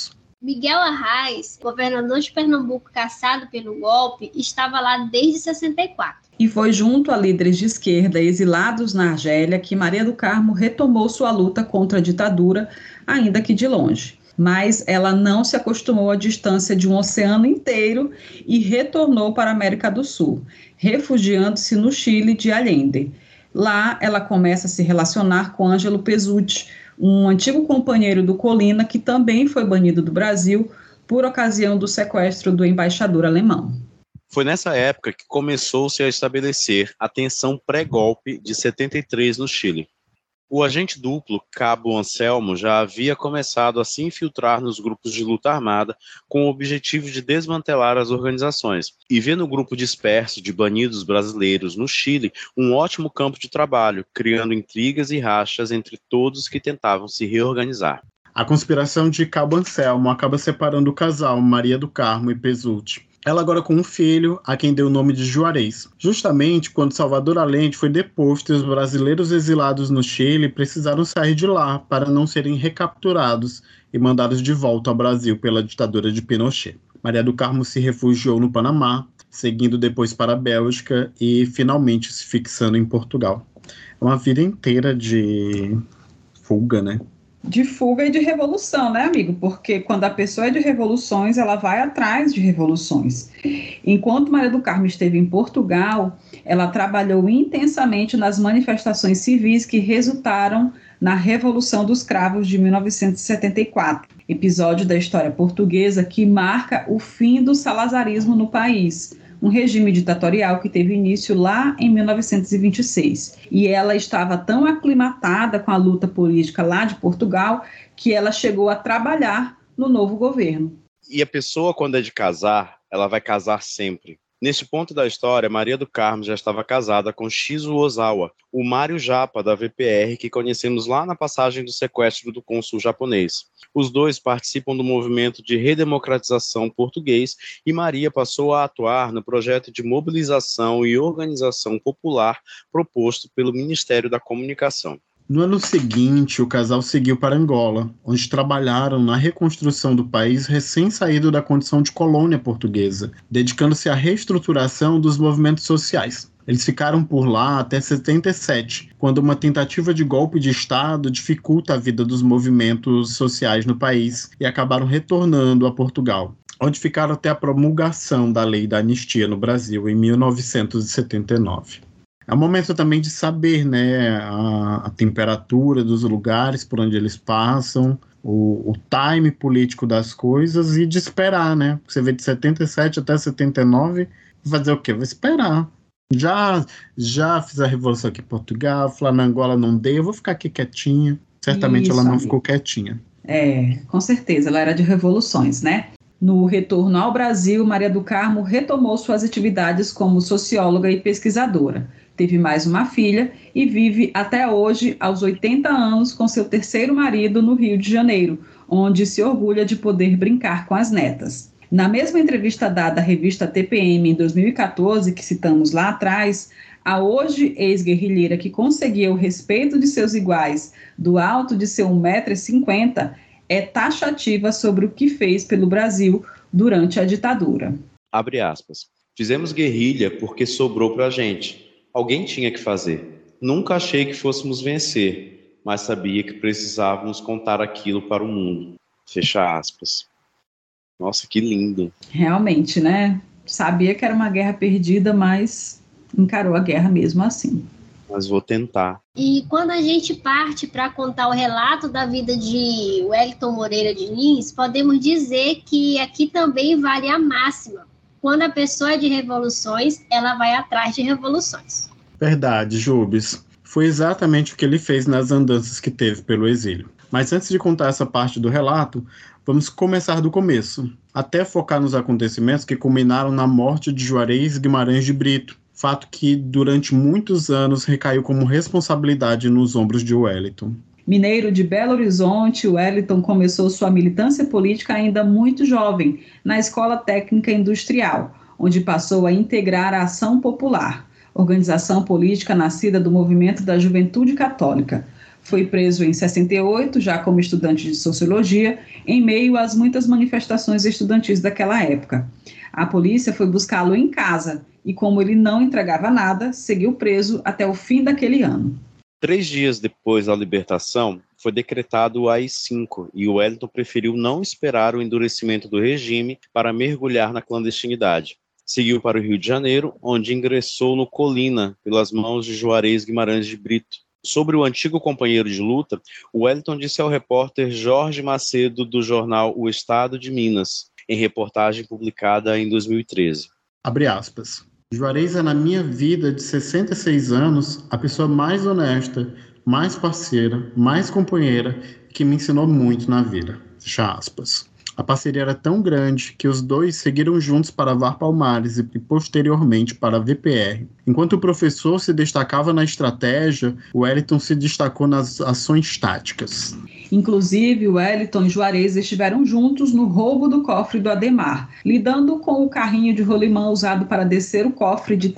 Miguel Arraes, governador de Pernambuco caçado pelo golpe, estava lá desde 64. E foi junto a líderes de esquerda exilados na Argélia que Maria do Carmo retomou sua luta contra a ditadura, ainda que de longe. Mas ela não se acostumou à distância de um oceano inteiro e retornou para a América do Sul, refugiando-se no Chile de Allende. Lá, ela começa a se relacionar com Ângelo Pezzutti, um antigo companheiro do Colina que também foi banido do Brasil por ocasião do sequestro do embaixador alemão. Foi nessa época que começou-se a estabelecer a tensão pré-golpe de 73 no Chile. O agente duplo, Cabo Anselmo, já havia começado a se infiltrar nos grupos de luta armada com o objetivo de desmantelar as organizações e vê no grupo disperso de banidos brasileiros no Chile um ótimo campo de trabalho, criando intrigas e rachas entre todos que tentavam se reorganizar. A conspiração de Cabo Anselmo acaba separando o casal Maria do Carmo e Pezzutti. Ela agora com um filho, a quem deu o nome de Juarez. Justamente quando Salvador Allende foi deposto e os brasileiros exilados no Chile precisaram sair de lá para não serem recapturados e mandados de volta ao Brasil pela ditadura de Pinochet. Maria do Carmo se refugiou no Panamá, seguindo depois para a Bélgica e finalmente se fixando em Portugal. É uma vida inteira de fuga, né? De fuga e de revolução, né, amigo? Porque quando a pessoa é de revoluções, ela vai atrás de revoluções. Enquanto Maria do Carmo esteve em Portugal, ela trabalhou intensamente nas manifestações civis que resultaram na Revolução dos Cravos de 1974, episódio da história portuguesa que marca o fim do salazarismo no país, um regime ditatorial que teve início lá em 1926. E ela estava tão aclimatada com a luta política lá de Portugal que ela chegou a trabalhar no novo governo. E a pessoa, quando é de casar, ela vai casar sempre. Neste ponto da história, Maria do Carmo já estava casada com Shizu Ozawa, o Mário Japa da VPR que conhecemos lá na passagem do sequestro do cônsul japonês. Os dois participam do movimento de redemocratização português e Maria passou a atuar no projeto de mobilização e organização popular proposto pelo Ministério da Comunicação. No ano seguinte, o casal seguiu para Angola, onde trabalharam na reconstrução do país recém-saído da condição de colônia portuguesa, dedicando-se à reestruturação dos movimentos sociais. Eles ficaram por lá até 77, quando uma tentativa de golpe de Estado dificulta a vida dos movimentos sociais no país e acabaram retornando a Portugal, onde ficaram até a promulgação da Lei da Anistia no Brasil, em 1979. É um momento também de saber, né, a temperatura dos lugares por onde eles passam, o time político das coisas e de esperar, né? Você vê de 77 até 79, fazer o quê? Vai esperar. Já fiz a revolução aqui em Portugal, falar na Angola não dei, eu vou ficar aqui quietinha. Certamente Isso, ela não amigo. ficou quietinha. Com certeza, ela era de revoluções, né? No retorno ao Brasil, Maria do Carmo retomou suas atividades como socióloga e pesquisadora. Teve mais uma filha e vive até hoje, aos 80 anos, com seu terceiro marido no Rio de Janeiro, onde se orgulha de poder brincar com as netas. Na mesma entrevista dada à revista TPM em 2014, que citamos lá atrás, a hoje ex-guerrilheira que conseguia o respeito de seus iguais do alto de seu 1,50 m é taxativa sobre o que fez pelo Brasil durante a ditadura. Abre aspas. Fizemos guerrilha porque sobrou pra gente. Alguém tinha que fazer. Nunca achei que fôssemos vencer, mas sabia que precisávamos contar aquilo para o mundo. Fecha aspas. Nossa, que lindo. Realmente, né? Sabia que era uma guerra perdida, mas encarou a guerra mesmo assim. Mas vou tentar. E quando a gente parte para contar o relato da vida de Wellington Moreira Diniz, podemos dizer que aqui também vale a máxima. Quando a pessoa é de revoluções, ela vai atrás de revoluções. Verdade, Jubes. Foi exatamente o que ele fez nas andanças que teve pelo exílio. Mas antes de contar essa parte do relato, vamos começar do começo, até focar nos acontecimentos que culminaram na morte de Juarez Guimarães de Brito, fato que durante muitos anos recaiu como responsabilidade nos ombros de Wellington. Mineiro de Belo Horizonte, Wellington começou sua militância política ainda muito jovem, na Escola Técnica Industrial, onde passou a integrar a Ação Popular, organização política nascida do movimento da Juventude Católica. Foi preso em 68, já como estudante de sociologia, em meio às muitas manifestações estudantis daquela época. A polícia foi buscá-lo em casa e, como ele não entregava nada, seguiu preso até o fim daquele ano. 3 dias depois da libertação, foi decretado o AI-5 e o Wellington preferiu não esperar o endurecimento do regime para mergulhar na clandestinidade. Seguiu para o Rio de Janeiro, onde ingressou no Colina, pelas mãos de Juarez Guimarães de Brito. Sobre o antigo companheiro de luta, o Wellington disse ao repórter Jorge Macedo, do jornal O Estado de Minas, em reportagem publicada em 2013. Abre aspas. Juarez é, na minha vida de 66 anos, a pessoa mais honesta, mais parceira, mais companheira, que me ensinou muito na vida. Fecha aspas. A parceria era tão grande que os dois seguiram juntos para VAR Palmares e posteriormente para a VPR. Enquanto o professor se destacava na estratégia, o Wellington se destacou nas ações táticas. Inclusive, Wellington e Juarez estiveram juntos no roubo do cofre do Adhemar, lidando com o carrinho de rolimã usado para descer o cofre de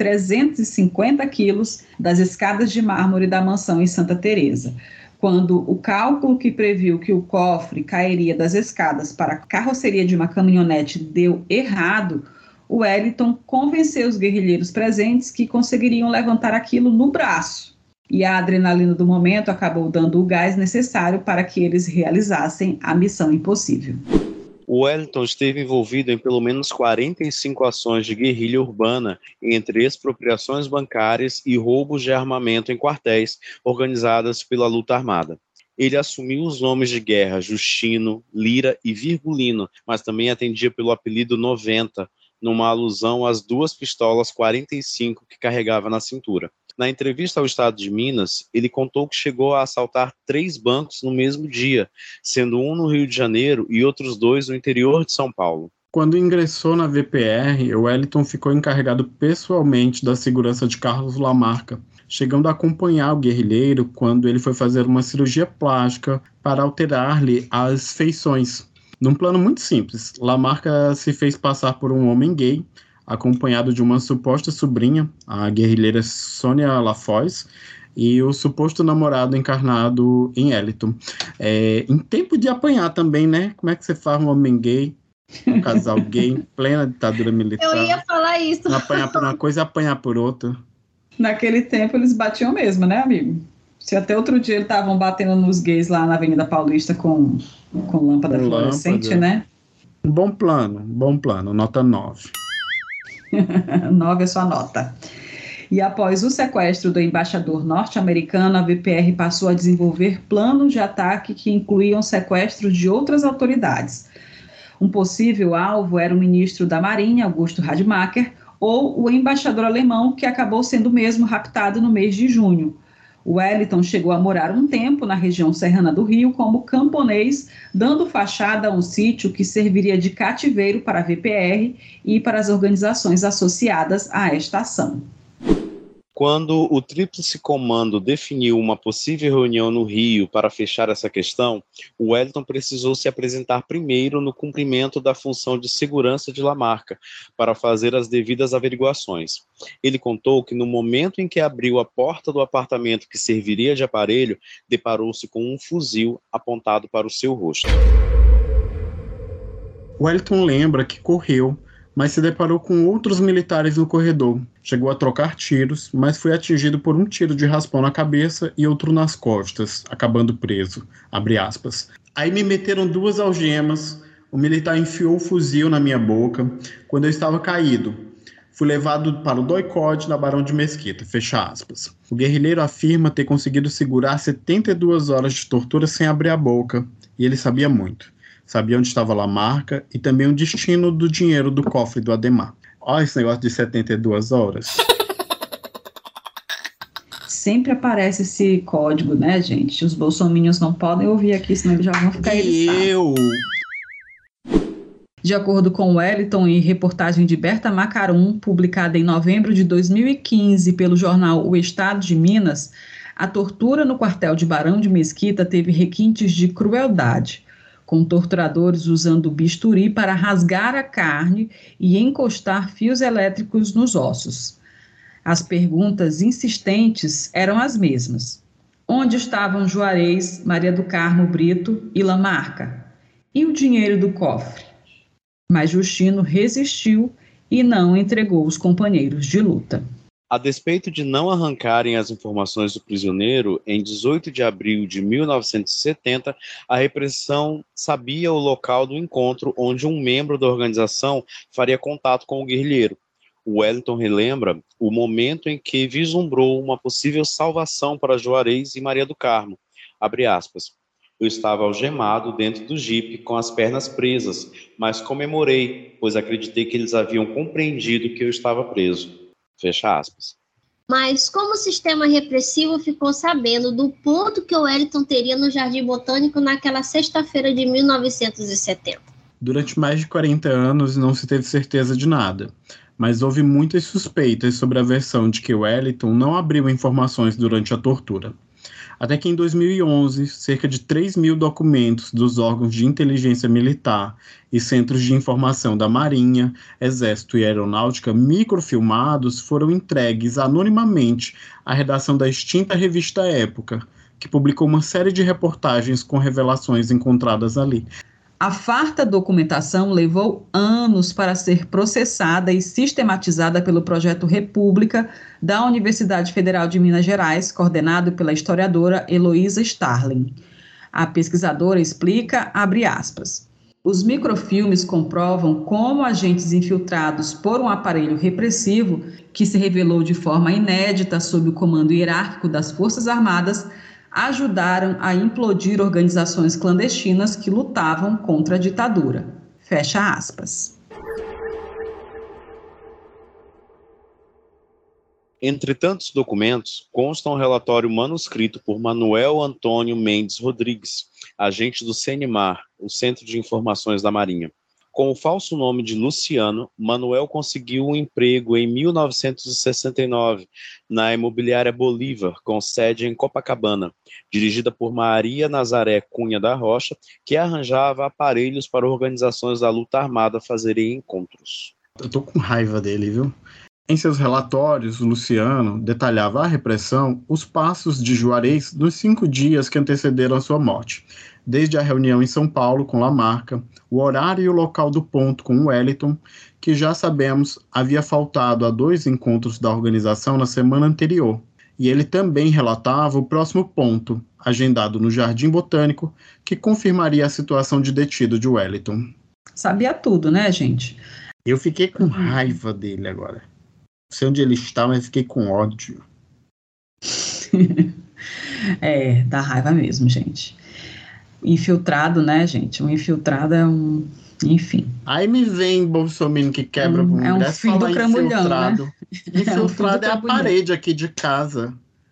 350 quilos das escadas de mármore da mansão em Santa Teresa. Quando o cálculo que previu que o cofre cairia das escadas para a carroceria de uma caminhonete deu errado, o Wellington convenceu os guerrilheiros presentes que conseguiriam levantar aquilo no braço. E a adrenalina do momento acabou dando o gás necessário para que eles realizassem a missão impossível. O Wellington esteve envolvido em pelo menos 45 ações de guerrilha urbana, entre expropriações bancárias e roubos de armamento em quartéis organizadas pela luta armada. Ele assumiu os nomes de guerra Justino, Lira e Virgulino, mas também atendia pelo apelido 90, numa alusão às 2 pistolas 45 que carregava na cintura. Na entrevista ao Estado de Minas, ele contou que chegou a assaltar 3 bancos no mesmo dia, sendo um no Rio de Janeiro e outros 2 no interior de São Paulo. Quando ingressou na VPR, o Wellington ficou encarregado pessoalmente da segurança de Carlos Lamarca, chegando a acompanhar o guerrilheiro quando ele foi fazer uma cirurgia plástica para alterar-lhe as feições. Num plano muito simples, Lamarca se fez passar por um homem gay, acompanhado de uma suposta sobrinha, a guerrilheira Sônia Lafoz, e o suposto namorado encarnado em Wellington. Em tempo de apanhar também, né? Como é que você faz um homem gay, um casal gay, em plena ditadura militar? Eu ia falar isso. Não apanhar por uma coisa e apanhar por outra. Naquele tempo eles batiam mesmo, né, amigo? Se até outro dia eles estavam batendo nos gays lá na Avenida Paulista com lâmpada fluorescente, né? Bom plano, nota 9. 9 é sua nota. E após o sequestro do embaixador norte-americano, a VPR passou a desenvolver planos de ataque que incluíam sequestros de outras autoridades. Um possível alvo era o ministro da Marinha, Augusto Rademacher, ou o embaixador alemão, que acabou sendo mesmo raptado no mês de junho. O Wellington chegou a morar um tempo na região serrana do Rio como camponês, dando fachada a um sítio que serviria de cativeiro para a VPR e para as organizações associadas a esta ação. Quando o Tríplice Comando definiu uma possível reunião no Rio para fechar essa questão, o Wellington precisou se apresentar primeiro no cumprimento da função de segurança de Lamarca, para fazer as devidas averiguações. Ele contou que no momento em que abriu a porta do apartamento que serviria de aparelho, deparou-se com um fuzil apontado para o seu rosto. Wellington lembra que correu, mas se deparou com outros militares no corredor. Chegou a trocar tiros, mas foi atingido por um tiro de raspão na cabeça e outro nas costas, acabando preso. Abre aspas. Aí me meteram 2 algemas, o militar enfiou o fuzil na minha boca, quando eu estava caído. Fui levado para o doicode na Barão de Mesquita, fecha aspas. O guerrilheiro afirma ter conseguido segurar 72 horas de tortura sem abrir a boca, e ele sabia muito. Sabia onde estava Lamarca e também o destino do dinheiro do cofre do Adhemar. Olha esse negócio de 72 horas. Sempre aparece esse código, né, gente? Os bolsominions não podem ouvir aqui, senão eles já vão ficar eriçados. De acordo com Wellington, em reportagem de Berta Macarum, publicada em novembro de 2015 pelo jornal O Estado de Minas, a tortura no quartel de Barão de Mesquita teve requintes de crueldade, com torturadores usando bisturi para rasgar a carne e encostar fios elétricos nos ossos. As perguntas insistentes eram as mesmas. Onde estavam Juarez, Maria do Carmo Brito e Lamarca? E o dinheiro do cofre? Mas Justino resistiu e não entregou os companheiros de luta. A despeito de não arrancarem as informações do prisioneiro, em 18 de abril de 1970, a repressão sabia o local do encontro onde um membro da organização faria contato com o guerrilheiro. O Wellington relembra o momento em que vislumbrou uma possível salvação para Juarez e Maria do Carmo. Abre aspas. Eu estava algemado dentro do jipe com as pernas presas, mas comemorei, pois acreditei que eles haviam compreendido que eu estava preso. Fecha aspas. Mas como o sistema repressivo ficou sabendo do ponto que o Wellington teria no Jardim Botânico naquela sexta-feira de 1970? Durante mais de 40 anos não se teve certeza de nada, mas houve muitas suspeitas sobre a versão de que Wellington não abriu informações durante a tortura. Até que em 2011, cerca de 3.000 documentos dos órgãos de inteligência militar e centros de informação da Marinha, Exército e Aeronáutica microfilmados foram entregues anonimamente à redação da extinta revista Época, que publicou uma série de reportagens com revelações encontradas ali. A farta documentação levou anos para ser processada e sistematizada pelo Projeto República da Universidade Federal de Minas Gerais, coordenado pela historiadora Heloísa Starling. A pesquisadora explica, abre aspas, os microfilmes comprovam como agentes infiltrados por um aparelho repressivo, que se revelou de forma inédita sob o comando hierárquico das Forças Armadas, ajudaram a implodir organizações clandestinas que lutavam contra a ditadura. Fecha aspas. Entre tantos documentos, consta um relatório manuscrito por Manuel Antônio Mendes Rodrigues, agente do CENIMAR, o Centro de Informações da Marinha. Com o falso nome de Luciano, Manuel conseguiu um emprego em 1969 na imobiliária Bolívar, com sede em Copacabana, dirigida por Maria Nazaré Cunha da Rocha, que arranjava aparelhos para organizações da luta armada fazerem encontros. Eu tô com raiva dele, viu? Em seus relatórios, Luciano detalhava a repressão, os passos de Juarez nos 5 dias que antecederam a sua morte, desde a reunião em São Paulo com Lamarca, o horário e o local do ponto com Wellington, que já sabemos havia faltado a 2 encontros da organização na semana anterior. E ele também relatava o próximo ponto, agendado no Jardim Botânico, que confirmaria a situação de detido de Wellington. Sabia tudo, né, gente? Eu fiquei com raiva dele agora. Não sei onde ele está, mas fiquei com ódio. Dá raiva mesmo, gente. Infiltrado, né, gente? Um infiltrado é um... Enfim. Aí me vem Bolsonaro que quebra com é um filho do cramulhão, infiltrado. Né? Infiltrado é a parede aqui de casa.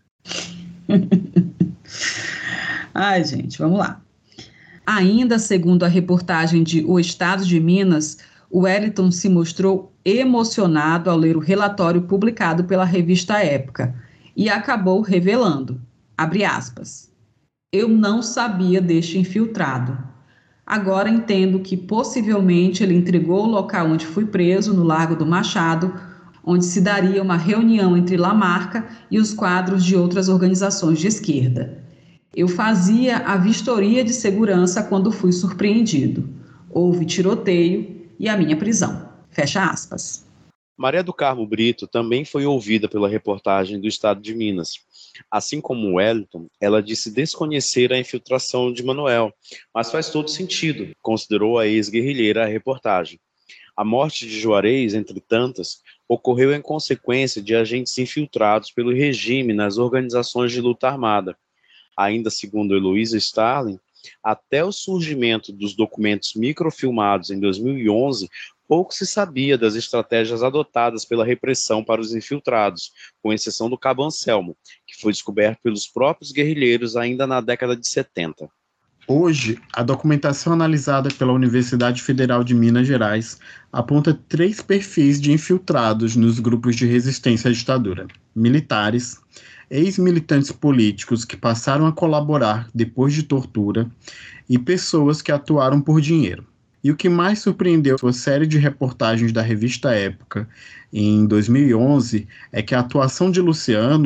Ai, gente, vamos lá. Ainda segundo a reportagem de O Estado de Minas, o Wellington se mostrou emocionado ao ler o relatório publicado pela revista Época e acabou revelando, abre aspas, eu não sabia deste infiltrado. Agora entendo que possivelmente ele entregou o local onde fui preso, no Largo do Machado, onde se daria uma reunião entre Lamarca e os quadros de outras organizações de esquerda. Eu fazia a vistoria de segurança quando fui surpreendido. Houve tiroteio e a minha prisão. Fecha aspas. Maria do Carmo Brito também foi ouvida pela reportagem do Estado de Minas. Assim como Wellington, ela disse desconhecer a infiltração de Manuel, mas faz todo sentido, considerou a ex-guerrilheira a reportagem. A morte de Juarez, entre tantas, ocorreu em consequência de agentes infiltrados pelo regime nas organizações de luta armada. Ainda segundo Heloísa Starling, até o surgimento dos documentos microfilmados em 2011, pouco se sabia das estratégias adotadas pela repressão para os infiltrados, com exceção do Cabo Anselmo, que foi descoberto pelos próprios guerrilheiros ainda na década de 70. Hoje, a documentação analisada pela Universidade Federal de Minas Gerais aponta 3 perfis de infiltrados nos grupos de resistência à ditadura: militares, ex-militantes políticos que passaram a colaborar depois de tortura e pessoas que atuaram por dinheiro. E o que mais surpreendeu a série de reportagens da revista Época em 2011 é que a atuação de Luciano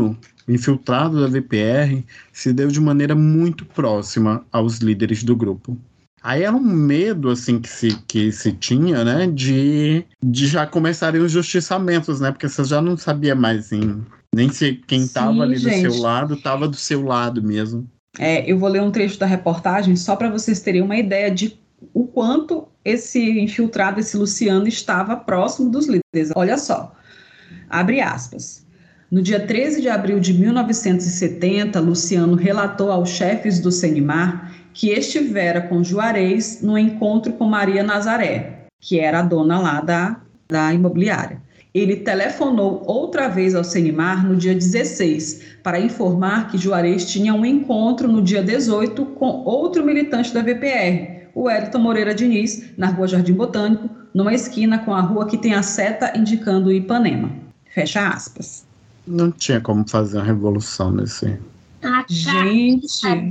o infiltrado da VPR se deu de maneira muito próxima aos líderes do grupo. Aí era um medo, assim, que se tinha, né, de já começarem os justiçamentos, né, porque você já não sabia mais nem se quem estava ali do seu lado estava do seu lado mesmo. Eu vou ler um trecho da reportagem só para vocês terem uma ideia de o quanto esse infiltrado, esse Luciano, estava próximo dos líderes. Olha só, abre aspas. No dia 13 de abril de 1970, Luciano relatou aos chefes do Senimar que estivera com Juarez no encontro com Maria Nazaré, que era a dona lá da imobiliária. Ele telefonou outra vez ao Senimar no dia 16 para informar que Juarez tinha um encontro no dia 18 com outro militante da VPR, o Wellington Moreira Diniz, na rua Jardim Botânico, numa esquina com a rua que tem a seta indicando Ipanema. Fecha aspas. Não tinha como fazer uma revolução nesse... Gente,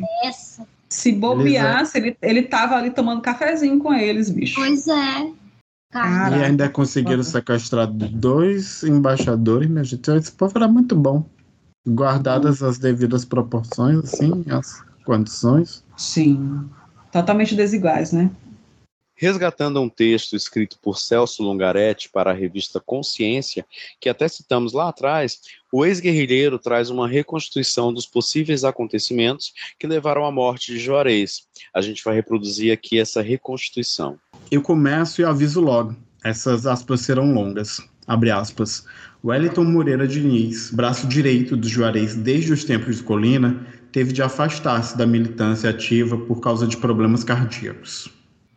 se bobeasse, ele tava ali tomando cafezinho com eles, bicho. Pois é. Caraca, e ainda conseguiram sequestrar 2 embaixadores, minha gente. Esse povo era muito bom. Guardadas as devidas proporções, assim, as condições. Sim. Totalmente desiguais, né? Resgatando um texto escrito por Celso Lungaretti para a revista Consciência, que até citamos lá atrás, o ex-guerrilheiro traz uma reconstituição dos possíveis acontecimentos que levaram à morte de Juarez. A gente vai reproduzir aqui essa reconstituição. Eu começo e aviso logo. Essas aspas serão longas. Abre aspas. Wellington Moreira Diniz, braço direito do Juarez desde os tempos de Colina, teve de afastar-se da militância ativa por causa de problemas cardíacos.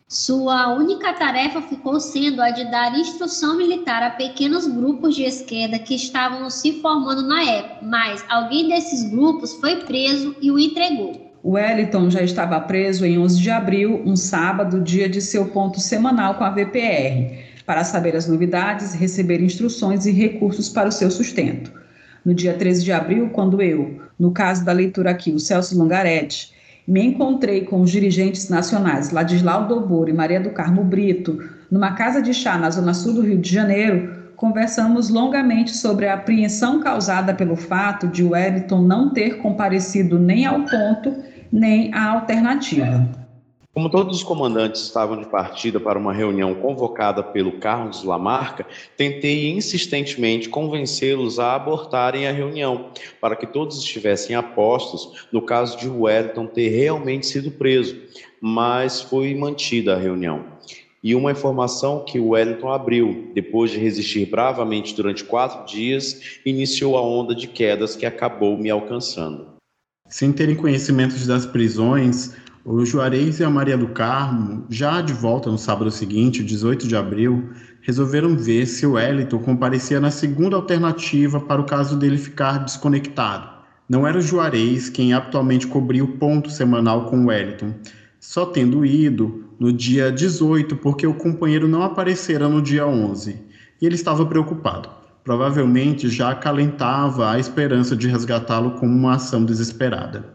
Sua única tarefa ficou sendo a de dar instrução militar a pequenos grupos de esquerda que estavam se formando na época, mas alguém desses grupos foi preso e o entregou. O Wellington já estava preso em 11 de abril, um sábado, dia de seu ponto semanal com a VPR, para saber as novidades, receber instruções e recursos para o seu sustento. No dia 13 de abril, quando eu, no caso da leitura aqui, o Celso Lungaretti, me encontrei com os dirigentes nacionais Ladislau Dobor e Maria do Carmo Brito, numa casa de chá na zona sul do Rio de Janeiro, conversamos longamente sobre a apreensão causada pelo fato de Wellington não ter comparecido nem ao ponto, nem à alternativa. Como todos os comandantes estavam de partida para uma reunião convocada pelo Carlos Lamarca, tentei insistentemente convencê-los a abortarem a reunião, para que todos estivessem a postos no caso de Wellington ter realmente sido preso, mas foi mantida a reunião. E uma informação que o Wellington abriu, depois de resistir bravamente durante 4 dias, iniciou a onda de quedas que acabou me alcançando. Sem terem conhecimentos das prisões, o Juarez e a Maria do Carmo, já de volta no sábado seguinte, 18 de abril, resolveram ver se o Wellington comparecia na segunda alternativa para o caso dele ficar desconectado. Não era o Juarez quem habitualmente cobria o ponto semanal com o Wellington, só tendo ido no dia 18 porque o companheiro não aparecera no dia 11, e ele estava preocupado. Provavelmente já acalentava a esperança de resgatá-lo como uma ação desesperada.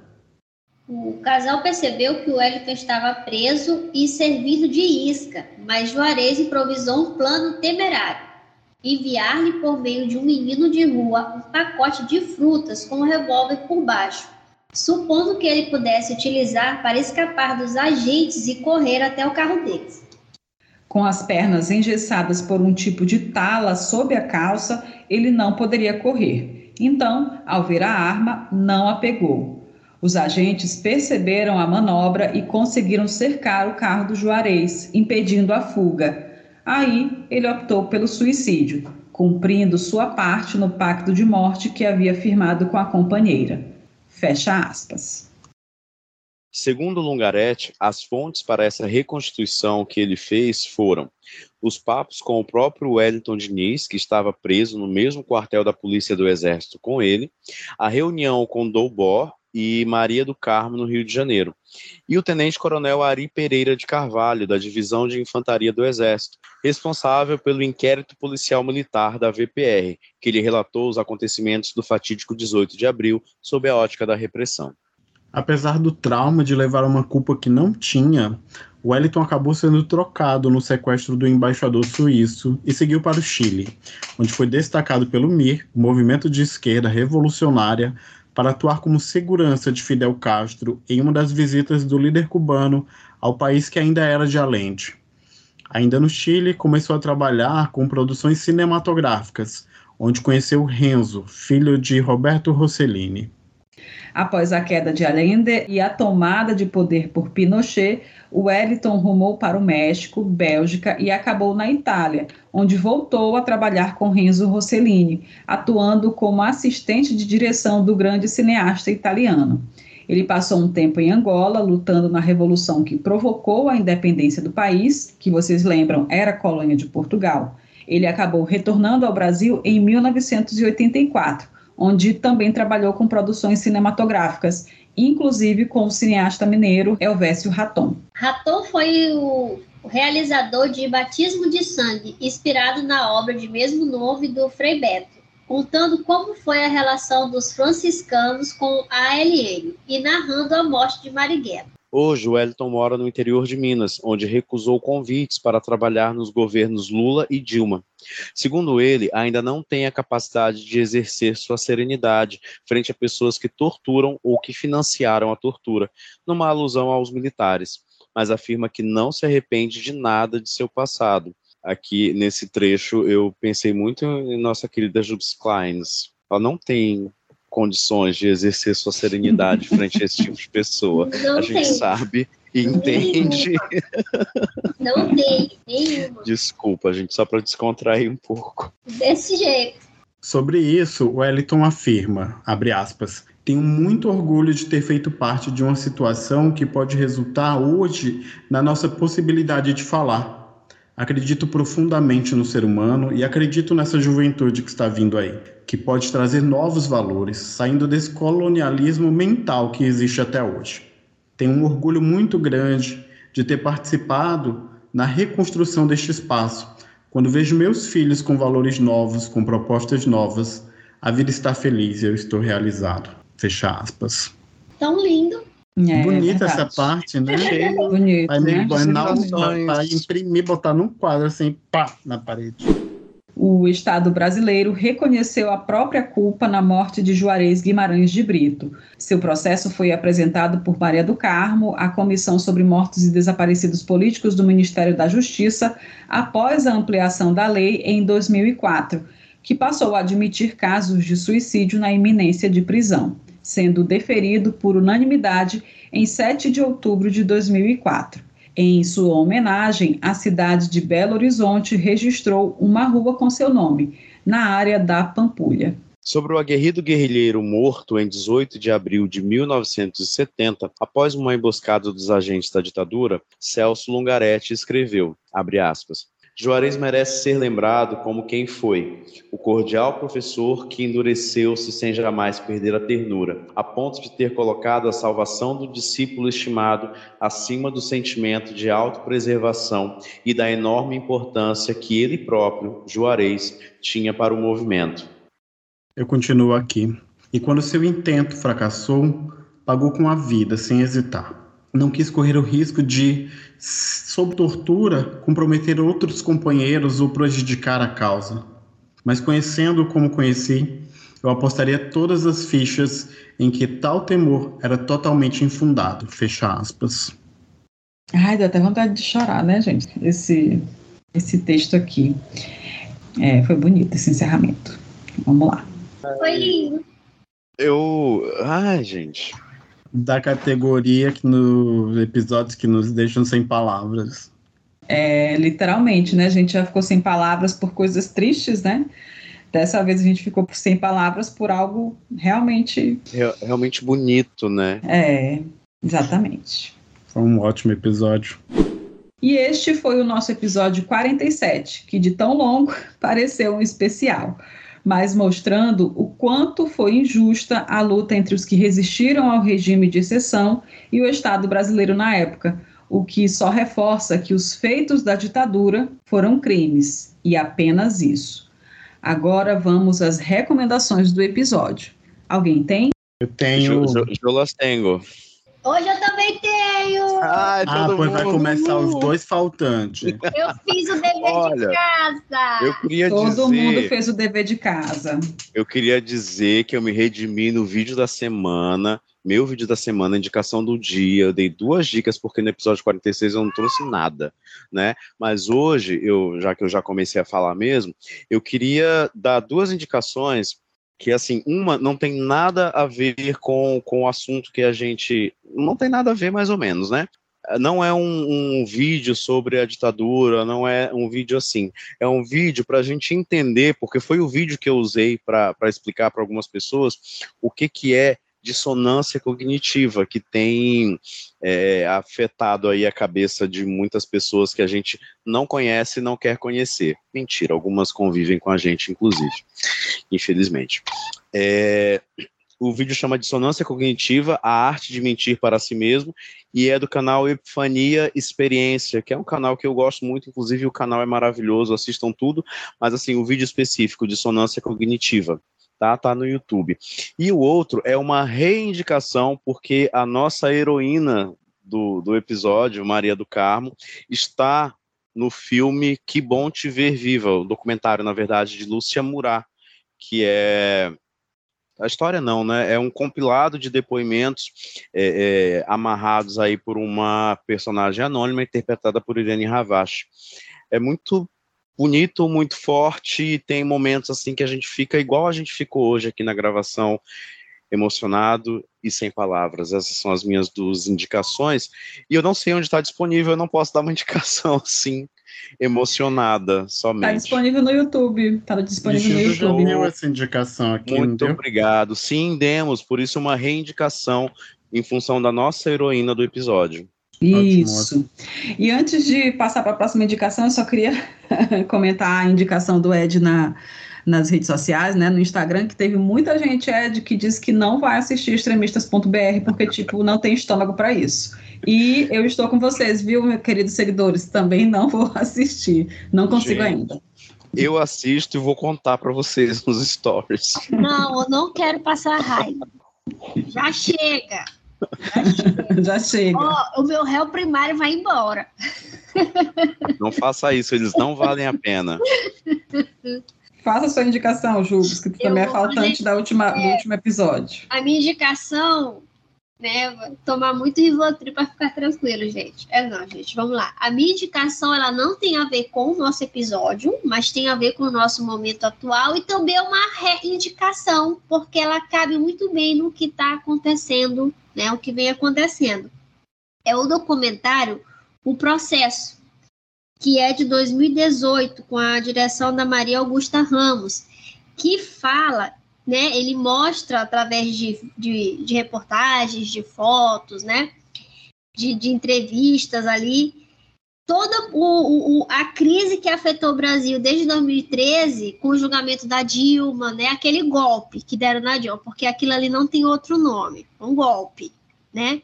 O casal percebeu que o Wellington estava preso e servido de isca, mas Juarez improvisou um plano temerário. Enviar-lhe por meio de um menino de rua um pacote de frutas com um revólver por baixo, supondo que ele pudesse utilizar para escapar dos agentes e correr até o carro deles. Com as pernas engessadas por um tipo de tala sob a calça, ele não poderia correr. Então, ao ver a arma, não a pegou. Os agentes perceberam a manobra e conseguiram cercar o carro do Juarez, impedindo a fuga. Aí, ele optou pelo suicídio, cumprindo sua parte no pacto de morte que havia firmado com a companheira. Fecha aspas. Segundo Lungaretti, as fontes para essa reconstituição que ele fez foram os papos com o próprio Wellington Diniz, que estava preso no mesmo quartel da Polícia do Exército com ele, a reunião com Dobor e Maria do Carmo, no Rio de Janeiro, e o tenente-coronel Ari Pereira de Carvalho, da Divisão de Infantaria do Exército, responsável pelo inquérito policial militar da VPR, que lhe relatou os acontecimentos do fatídico 18 de abril sob a ótica da repressão. Apesar do trauma de levar uma culpa que não tinha, Wellington acabou sendo trocado no sequestro do embaixador suíço e seguiu para o Chile, onde foi destacado pelo MIR, o movimento de esquerda revolucionária, para atuar como segurança de Fidel Castro em uma das visitas do líder cubano ao país que ainda era de Allende. Ainda no Chile, começou a trabalhar com produções cinematográficas, onde conheceu Renzo, filho de Roberto Rossellini. Após a queda de Allende e a tomada de poder por Pinochet, Wellington rumou para o México, Bélgica e acabou na Itália, onde voltou a trabalhar com Renzo Rossellini, atuando como assistente de direção do grande cineasta italiano. Ele passou um tempo em Angola, lutando na revolução que provocou a independência do país, que vocês lembram era colônia de Portugal. Ele acabou retornando ao Brasil em 1984, onde também trabalhou com produções cinematográficas, inclusive com o cineasta mineiro Elvésio Raton. Raton foi o realizador de Batismo de Sangue, inspirado na obra de mesmo nome do Frei Beto, contando como foi a relação dos franciscanos com a ALN e narrando a morte de Marighella. Hoje, Wellington mora no interior de Minas, onde recusou convites para trabalhar nos governos Lula e Dilma. Segundo ele, ainda não tem a capacidade de exercer sua serenidade frente a pessoas que torturam ou que financiaram a tortura, numa alusão aos militares, mas afirma que não se arrepende de nada de seu passado. Aqui, nesse trecho, eu pensei muito em nossa querida Jubes Kleins. Ela não tem condições de exercer sua serenidade frente a esse tipo de pessoa. Não a gente tem. sabe e entende. Não tem nenhuma. Desculpa, gente, só para descontrair um pouco. Desse jeito. Sobre isso, Wellington afirma, abre aspas, tenho muito orgulho de ter feito parte de uma situação que pode resultar hoje na nossa possibilidade de falar. Acredito profundamente no ser humano e acredito nessa juventude que está vindo aí, que pode trazer novos valores, saindo desse colonialismo mental que existe até hoje. Tenho um orgulho muito grande de ter participado na reconstrução deste espaço. Quando vejo meus filhos com valores novos, com propostas novas, a vida está feliz e eu estou realizado. Fecha aspas. Tão lindo. Bonita essa parte, né? Bonito, Vai imprimir, botar num quadro assim, pá, na parede. O Estado brasileiro reconheceu a própria culpa na morte de Juarez Guimarães de Brito. Seu processo foi apresentado por Maria do Carmo à Comissão sobre Mortos e Desaparecidos Políticos do Ministério da Justiça, após a ampliação da lei em 2004, que passou a admitir casos de suicídio na iminência de prisão, sendo deferido por unanimidade em 7 de outubro de 2004. Em sua homenagem, a cidade de Belo Horizonte registrou uma rua com seu nome, na área da Pampulha. Sobre o aguerrido guerrilheiro morto em 18 de abril de 1970, após uma emboscada dos agentes da ditadura, Celso Lungaretti escreveu, abre aspas, Juarez merece ser lembrado como quem foi, o cordial professor que endureceu-se sem jamais perder a ternura, a ponto de ter colocado a salvação do discípulo estimado acima do sentimento de autopreservação e da enorme importância que ele próprio, Juarez, tinha para o movimento. Eu continuo aqui. E quando seu intento fracassou, pagou com a vida, sem hesitar. Não quis correr o risco de, sob tortura, comprometer outros companheiros ou prejudicar a causa. Mas conhecendo-o como conheci, eu apostaria todas as fichas em que tal temor era totalmente infundado. Fecha aspas. Ai, dá até vontade de chorar, né, gente? Esse texto aqui. Foi bonito esse encerramento. Vamos lá. Foi lindo. Ai, gente... Da categoria que nos episódios que nos deixam sem palavras. Literalmente, né? A gente já ficou sem palavras por coisas tristes, né? Dessa vez a gente ficou sem palavras por algo realmente... Realmente bonito, né? Exatamente. Foi um ótimo episódio. E este foi o nosso episódio 47, que de tão longo pareceu um especial, mas mostrando o quanto foi injusta a luta entre os que resistiram ao regime de exceção e o Estado brasileiro na época, o que só reforça que os feitos da ditadura foram crimes, e apenas isso. Agora vamos às recomendações do episódio. Alguém tem? Eu tenho... Eu las tenho. Hoje eu também tenho. Pois vai começar os dois faltantes. Eu fiz o dever de casa. Eu queria Todo mundo fez o dever de casa. Eu queria dizer que eu me redimi no vídeo da semana, meu vídeo da semana, indicação do dia. Eu dei 2 dicas, porque no episódio 46 eu não trouxe nada, né? Mas hoje, já que eu já comecei a falar mesmo, eu queria dar 2 indicações que, assim, uma não tem nada a ver com o assunto que a gente... Não tem nada a ver, mais ou menos, né? Não é um vídeo sobre a ditadura, não é um vídeo assim. É um vídeo para a gente entender, porque foi o vídeo que eu usei para explicar para algumas pessoas o que é dissonância cognitiva, que tem afetado aí a cabeça de muitas pessoas que a gente não conhece e não quer conhecer. Mentira, algumas convivem com a gente, inclusive, infelizmente. O vídeo chama Dissonância Cognitiva, a arte de mentir para si mesmo, e é do canal Epifania Experiência, que é um canal que eu gosto muito, inclusive o canal é maravilhoso, assistam tudo, mas assim, o vídeo específico, Dissonância Cognitiva, tá no YouTube. E o outro é uma reivindicação, porque a nossa heroína do episódio, Maria do Carmo, está no filme Que Bom Te Ver Viva, o documentário, na verdade, de Lúcia Murat, que é... A história não, né? É um compilado de depoimentos amarrados aí por uma personagem anônima interpretada por Irene Ravache. É muito bonito, muito forte, e tem momentos assim que a gente fica igual a gente ficou hoje aqui na gravação, emocionado e sem palavras. Essas são as minhas 2 indicações, e eu não sei onde está disponível, eu não posso dar uma indicação assim, emocionada somente. Está disponível no YouTube. Está disponível no YouTube. Deu essa indicação aqui. Muito obrigado. Sim, demos, por isso uma reindicação em função da nossa heroína do episódio. Isso. Ótimo. E antes de passar para a próxima indicação, eu só queria comentar a indicação do Ed nas redes sociais, né, no Instagram, que teve muita gente, Ed, que disse que não vai assistir extremistas.br porque, tipo, não tem estômago para isso. E eu estou com vocês, viu, meus queridos seguidores? Também não vou assistir. Não consigo ainda. Eu assisto e vou contar para vocês nos stories. Não, eu não quero passar raiva. Já chega. Já chega. O meu réu primário vai embora. Não faça isso, eles não valem a pena. Faça a sua indicação, Jubes, que também é faltante do último episódio. A minha indicação, né, vou tomar muito Rivotril para ficar tranquilo, gente. Não, gente, vamos lá. A minha indicação, ela não tem a ver com o nosso episódio, mas tem a ver com o nosso momento atual, e também é uma reindicação, porque ela cabe muito bem no que está acontecendo, né, o que vem acontecendo. É o documentário O Processo, que é de 2018, com a direção da Maria Augusta Ramos, que fala, né, ele mostra através de reportagens, de fotos, né, de entrevistas ali, toda a crise que afetou o Brasil desde 2013, com o julgamento da Dilma, né, aquele golpe que deram na Dilma, porque aquilo ali não tem outro nome, um golpe, né,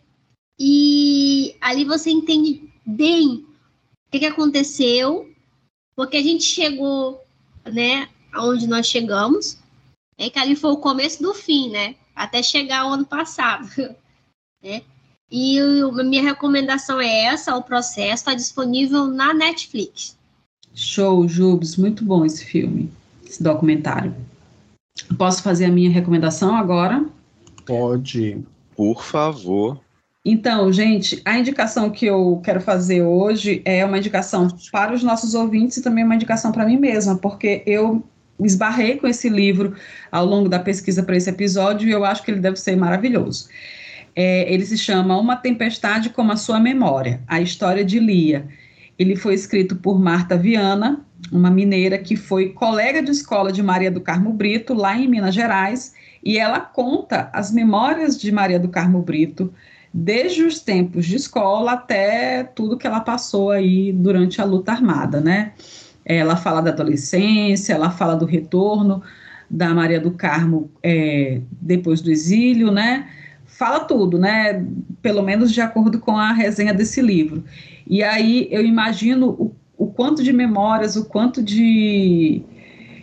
e ali você entende bem o que aconteceu, porque a gente chegou, né, aonde nós chegamos, que ali foi o começo do fim, né, até chegar ao ano passado, né, e a minha recomendação é essa, O Processo, está disponível na Netflix. Show, Jubes, muito bom esse filme, esse documentário. Posso fazer a minha recomendação agora? Pode. Por favor. Então, gente, a indicação que eu quero fazer hoje é uma indicação para os nossos ouvintes e também uma indicação para mim mesma, porque eu esbarrei com esse livro ao longo da pesquisa para esse episódio e eu acho que ele deve ser maravilhoso. Ele se chama Uma Tempestade como a Sua Memória, a história de Lia. Ele foi escrito por Marta Viana, uma mineira que foi colega de escola de Maria do Carmo Brito, lá em Minas Gerais, e ela conta as memórias de Maria do Carmo Brito, desde os tempos de escola até tudo que ela passou aí durante a luta armada, né? Ela fala da adolescência, ela fala do retorno da Maria do Carmo depois do exílio, né? Fala tudo, né? Pelo menos de acordo com a resenha desse livro. E aí eu imagino o quanto de memórias, o quanto de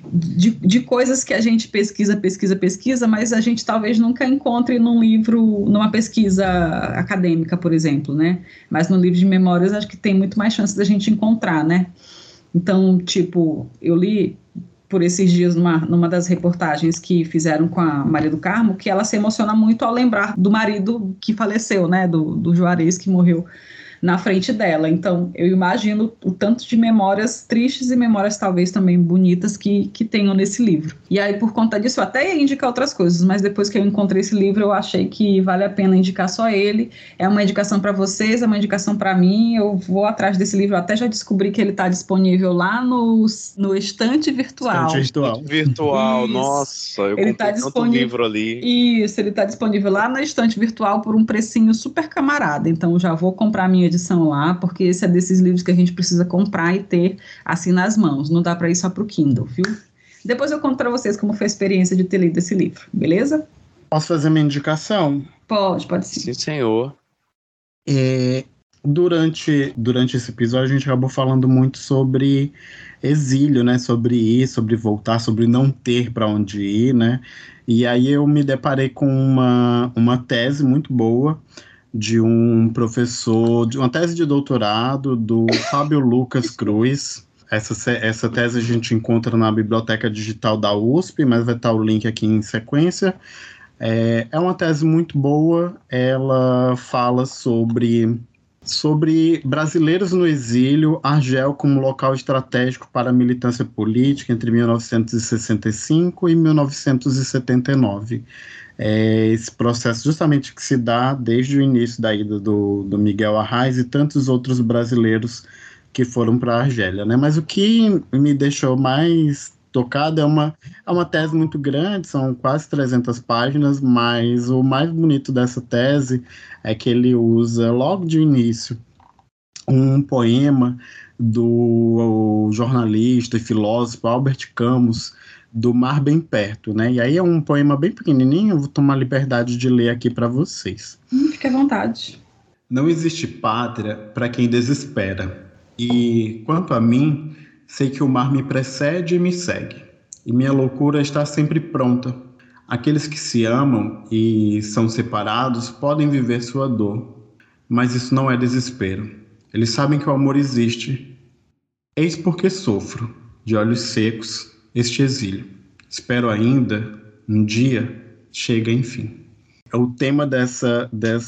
de coisas que a gente pesquisa, mas a gente talvez nunca encontre num livro, numa pesquisa acadêmica, por exemplo, né? Mas no livro de memórias acho que tem muito mais chance da gente encontrar, né? Então, tipo, eu li por esses dias numa das reportagens que fizeram com a Maria do Carmo, que ela se emociona muito ao lembrar do marido que faleceu, né? Do Juarez, que morreu na frente dela. Então, eu imagino o tanto de memórias tristes e memórias talvez também bonitas que tenham nesse livro. E aí, por conta disso, eu até ia indicar outras coisas, mas depois que eu encontrei esse livro, eu achei que vale a pena indicar só ele. É uma indicação para vocês, é uma indicação para mim. Eu vou atrás desse livro, eu até já descobri que ele está disponível lá no Estante Virtual. Estante Virtual, Isso. Nossa, eu Ele comprei tanto livro ali. Isso, ele está disponível lá na Estante Virtual por um precinho super camarada. Então, eu já vou comprar a minha edição lá, porque esse é desses livros que a gente precisa comprar e ter assim nas mãos. Não dá para ir só para o Kindle, viu? Depois eu conto para vocês como foi a experiência de ter lido esse livro, beleza? Posso fazer minha indicação? Pode sim. Sim, senhor. Durante esse episódio, a gente acabou falando muito sobre exílio, né? Sobre ir, sobre voltar, sobre não ter para onde ir, né? E aí eu me deparei com uma tese muito boa de um professor, de uma tese de doutorado do Fábio Lucas Cruz. Essa tese a gente encontra na Biblioteca Digital da USP, mas vai estar o link aqui em sequência. É uma tese muito boa, ela fala sobre brasileiros no exílio, Argel como local estratégico para a militância política entre 1965 e 1979. Esse processo justamente que se dá desde o início da ida do Miguel Arraes e tantos outros brasileiros que foram para a Argélia, né? Mas o que me deixou mais tocado é uma tese muito grande, são quase 300 páginas, mas o mais bonito dessa tese é que ele usa, logo de início, um poema do jornalista e filósofo Albert Camus, do Mar Bem Perto, né? E aí é um poema bem pequenininho, eu vou tomar a liberdade de ler aqui para vocês. Fique à vontade. Não existe pátria para quem desespera. E, quanto a mim, sei que o mar me precede e me segue. E minha loucura está sempre pronta. Aqueles que se amam e são separados podem viver sua dor. Mas isso não é desespero. Eles sabem que o amor existe. Eis porque sofro, de olhos secos, este exílio. Espero ainda, um dia, chega enfim. O tema dessa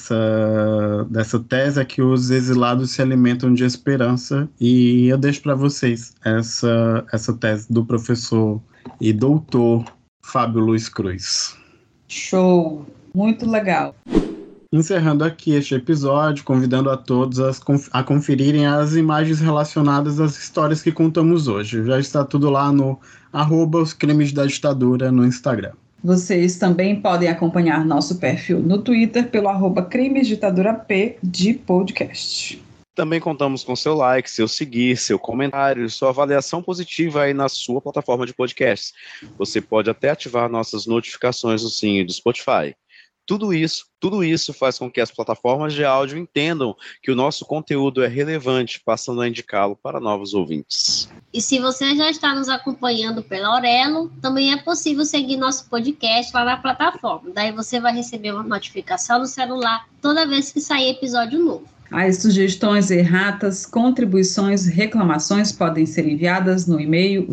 tese é que os exilados se alimentam de esperança, e eu deixo para vocês essa tese do professor e doutor Fábio Luiz Cruz. Show! Muito legal. Encerrando aqui este episódio, convidando a todos a conferirem as imagens relacionadas às histórias que contamos hoje. Já está tudo lá no @os crimes da ditadura no Instagram. Vocês também podem acompanhar nosso perfil no Twitter pelo @crimesditadurap de podcast. Também contamos com seu like, seu seguir, seu comentário, sua avaliação positiva aí na sua plataforma de podcasts. Você pode até ativar nossas notificações no sininho do Spotify. Tudo isso faz com que as plataformas de áudio entendam que o nosso conteúdo é relevante, passando a indicá-lo para novos ouvintes. E se você já está nos acompanhando pela Aurelo, também é possível seguir nosso podcast lá na plataforma. Daí você vai receber uma notificação no celular toda vez que sair episódio novo. As sugestões, erratas, contribuições, reclamações podem ser enviadas no e-mail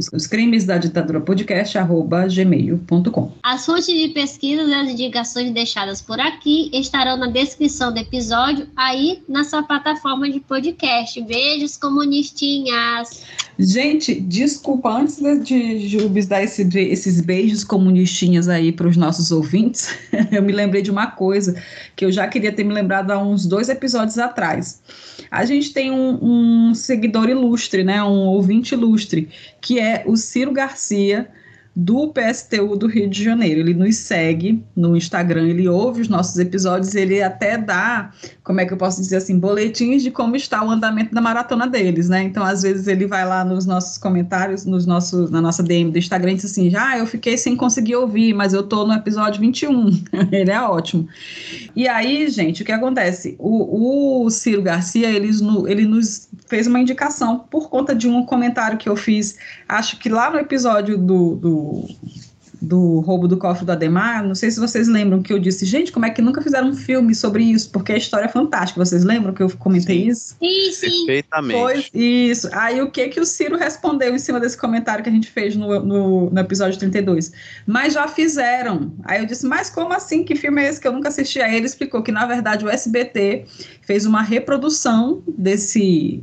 oscrimesdaditadurapodcast@gmail.com. As fontes de pesquisa e as indicações deixadas por aqui estarão na descrição do episódio aí na sua plataforma de podcast. Beijos, comunistinhas! Gente, desculpa, antes de Jubes dar esses beijos comunistinhas aí para os nossos ouvintes, eu me lembrei de uma coisa que eu já queria ter me lembrado há uns 2 episódios atrás. A gente tem um seguidor ilustre, né, um ouvinte ilustre, que é o Ciro Garcia, do PSTU do Rio de Janeiro. Ele nos segue no Instagram, ele ouve os nossos episódios, ele até dá, como é que eu posso dizer assim, boletins de como está o andamento da maratona deles, né? Então, às vezes, ele vai lá nos nossos comentários, na nossa DM do Instagram e diz assim, eu fiquei sem conseguir ouvir, mas eu tô no episódio 21. Ele é ótimo. E aí, gente, o que acontece? O Ciro Garcia, ele nos fez uma indicação por conta de um comentário que eu fiz, acho que lá no episódio do roubo do cofre do Adhemar, não sei se vocês lembram que eu disse, gente, como é que nunca fizeram um filme sobre isso, porque a história é fantástica, vocês lembram que eu comentei isso? Sim. Perfeitamente. Foi isso. Aí o que o Ciro respondeu em cima desse comentário que a gente fez no episódio 32? Mas já fizeram. Aí eu disse, mas como assim? Que filme é esse que eu nunca assisti? Aí ele explicou que, na verdade, o SBT fez uma reprodução desse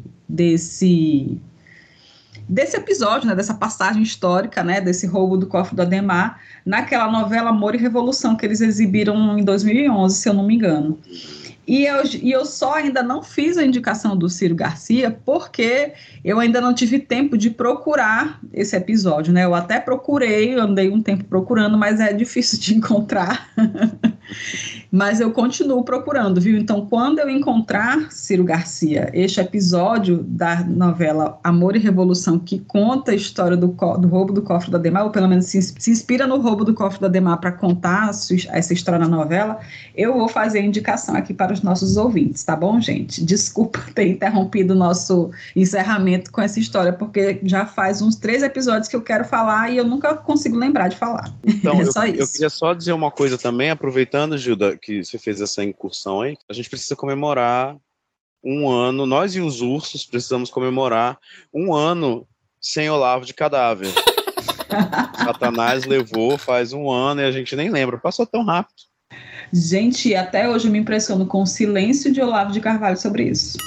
episódio, né, dessa passagem histórica, né, desse roubo do cofre do Adhemar, naquela novela Amor e Revolução que eles exibiram em 2011, se eu não me engano. E eu só ainda não fiz a indicação do Ciro Garcia porque eu ainda não tive tempo de procurar esse episódio, né? Eu até procurei, eu andei um tempo procurando, mas é difícil de encontrar. Mas eu continuo procurando, viu? Então, quando eu encontrar, Ciro Garcia, este episódio da novela Amor e Revolução, que conta a história do roubo do cofre do Adhemar, ou pelo menos se inspira no roubo do cofre do Adhemar para contar essa história na novela, eu vou fazer a indicação aqui para os nossos ouvintes, tá bom, gente? Desculpa ter interrompido o nosso encerramento com essa história, porque já faz uns 3 episódios que eu quero falar e eu nunca consigo lembrar de falar. Então, isso. Eu queria só dizer uma coisa também, aproveitando, Gilda, que você fez essa incursão aí, a gente precisa comemorar um ano, nós e os ursos precisamos comemorar um ano sem Olavo de cadáver. Satanás levou faz um ano e a gente nem lembra, passou tão rápido. Gente, até hoje eu me impressiono com o silêncio de Olavo de Carvalho sobre isso.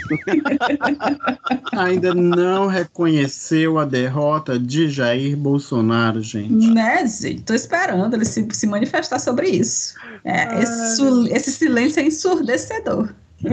Ainda não reconheceu a derrota de Jair Bolsonaro, gente. Né, gente? Tô esperando ele se manifestar sobre isso. Esse silêncio é ensurdecedor.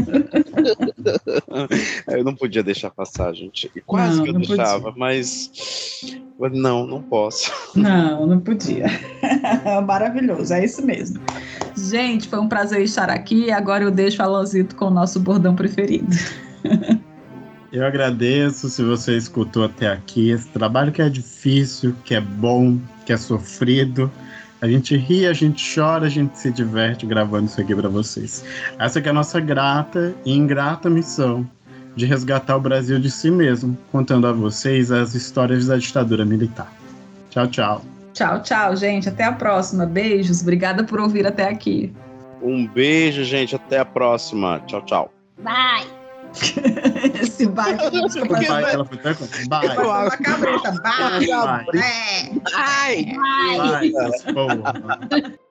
Eu não podia deixar passar, gente. Quase que eu deixava, podia. Mas não posso. Não podia. Maravilhoso, é isso mesmo. Gente, foi um prazer estar aqui. Agora eu deixo a Alanzito com o nosso bordão preferido. Eu agradeço se você escutou até aqui. Esse trabalho que é difícil, que é bom, que é sofrido. A gente ri, a gente chora, a gente se diverte gravando isso aqui para vocês. Essa que é a nossa grata e ingrata missão de resgatar o Brasil de si mesmo, contando a vocês as histórias da ditadura militar. Tchau, tchau. Tchau, tchau, gente. Até a próxima. Beijos. Obrigada por ouvir até aqui. Um beijo, gente. Até a próxima. Tchau, tchau. Bye. Esse bye. Desculpa. Ela foi até bye. Uma cabrita. Bye. Bye. Bye. Bye. Bye.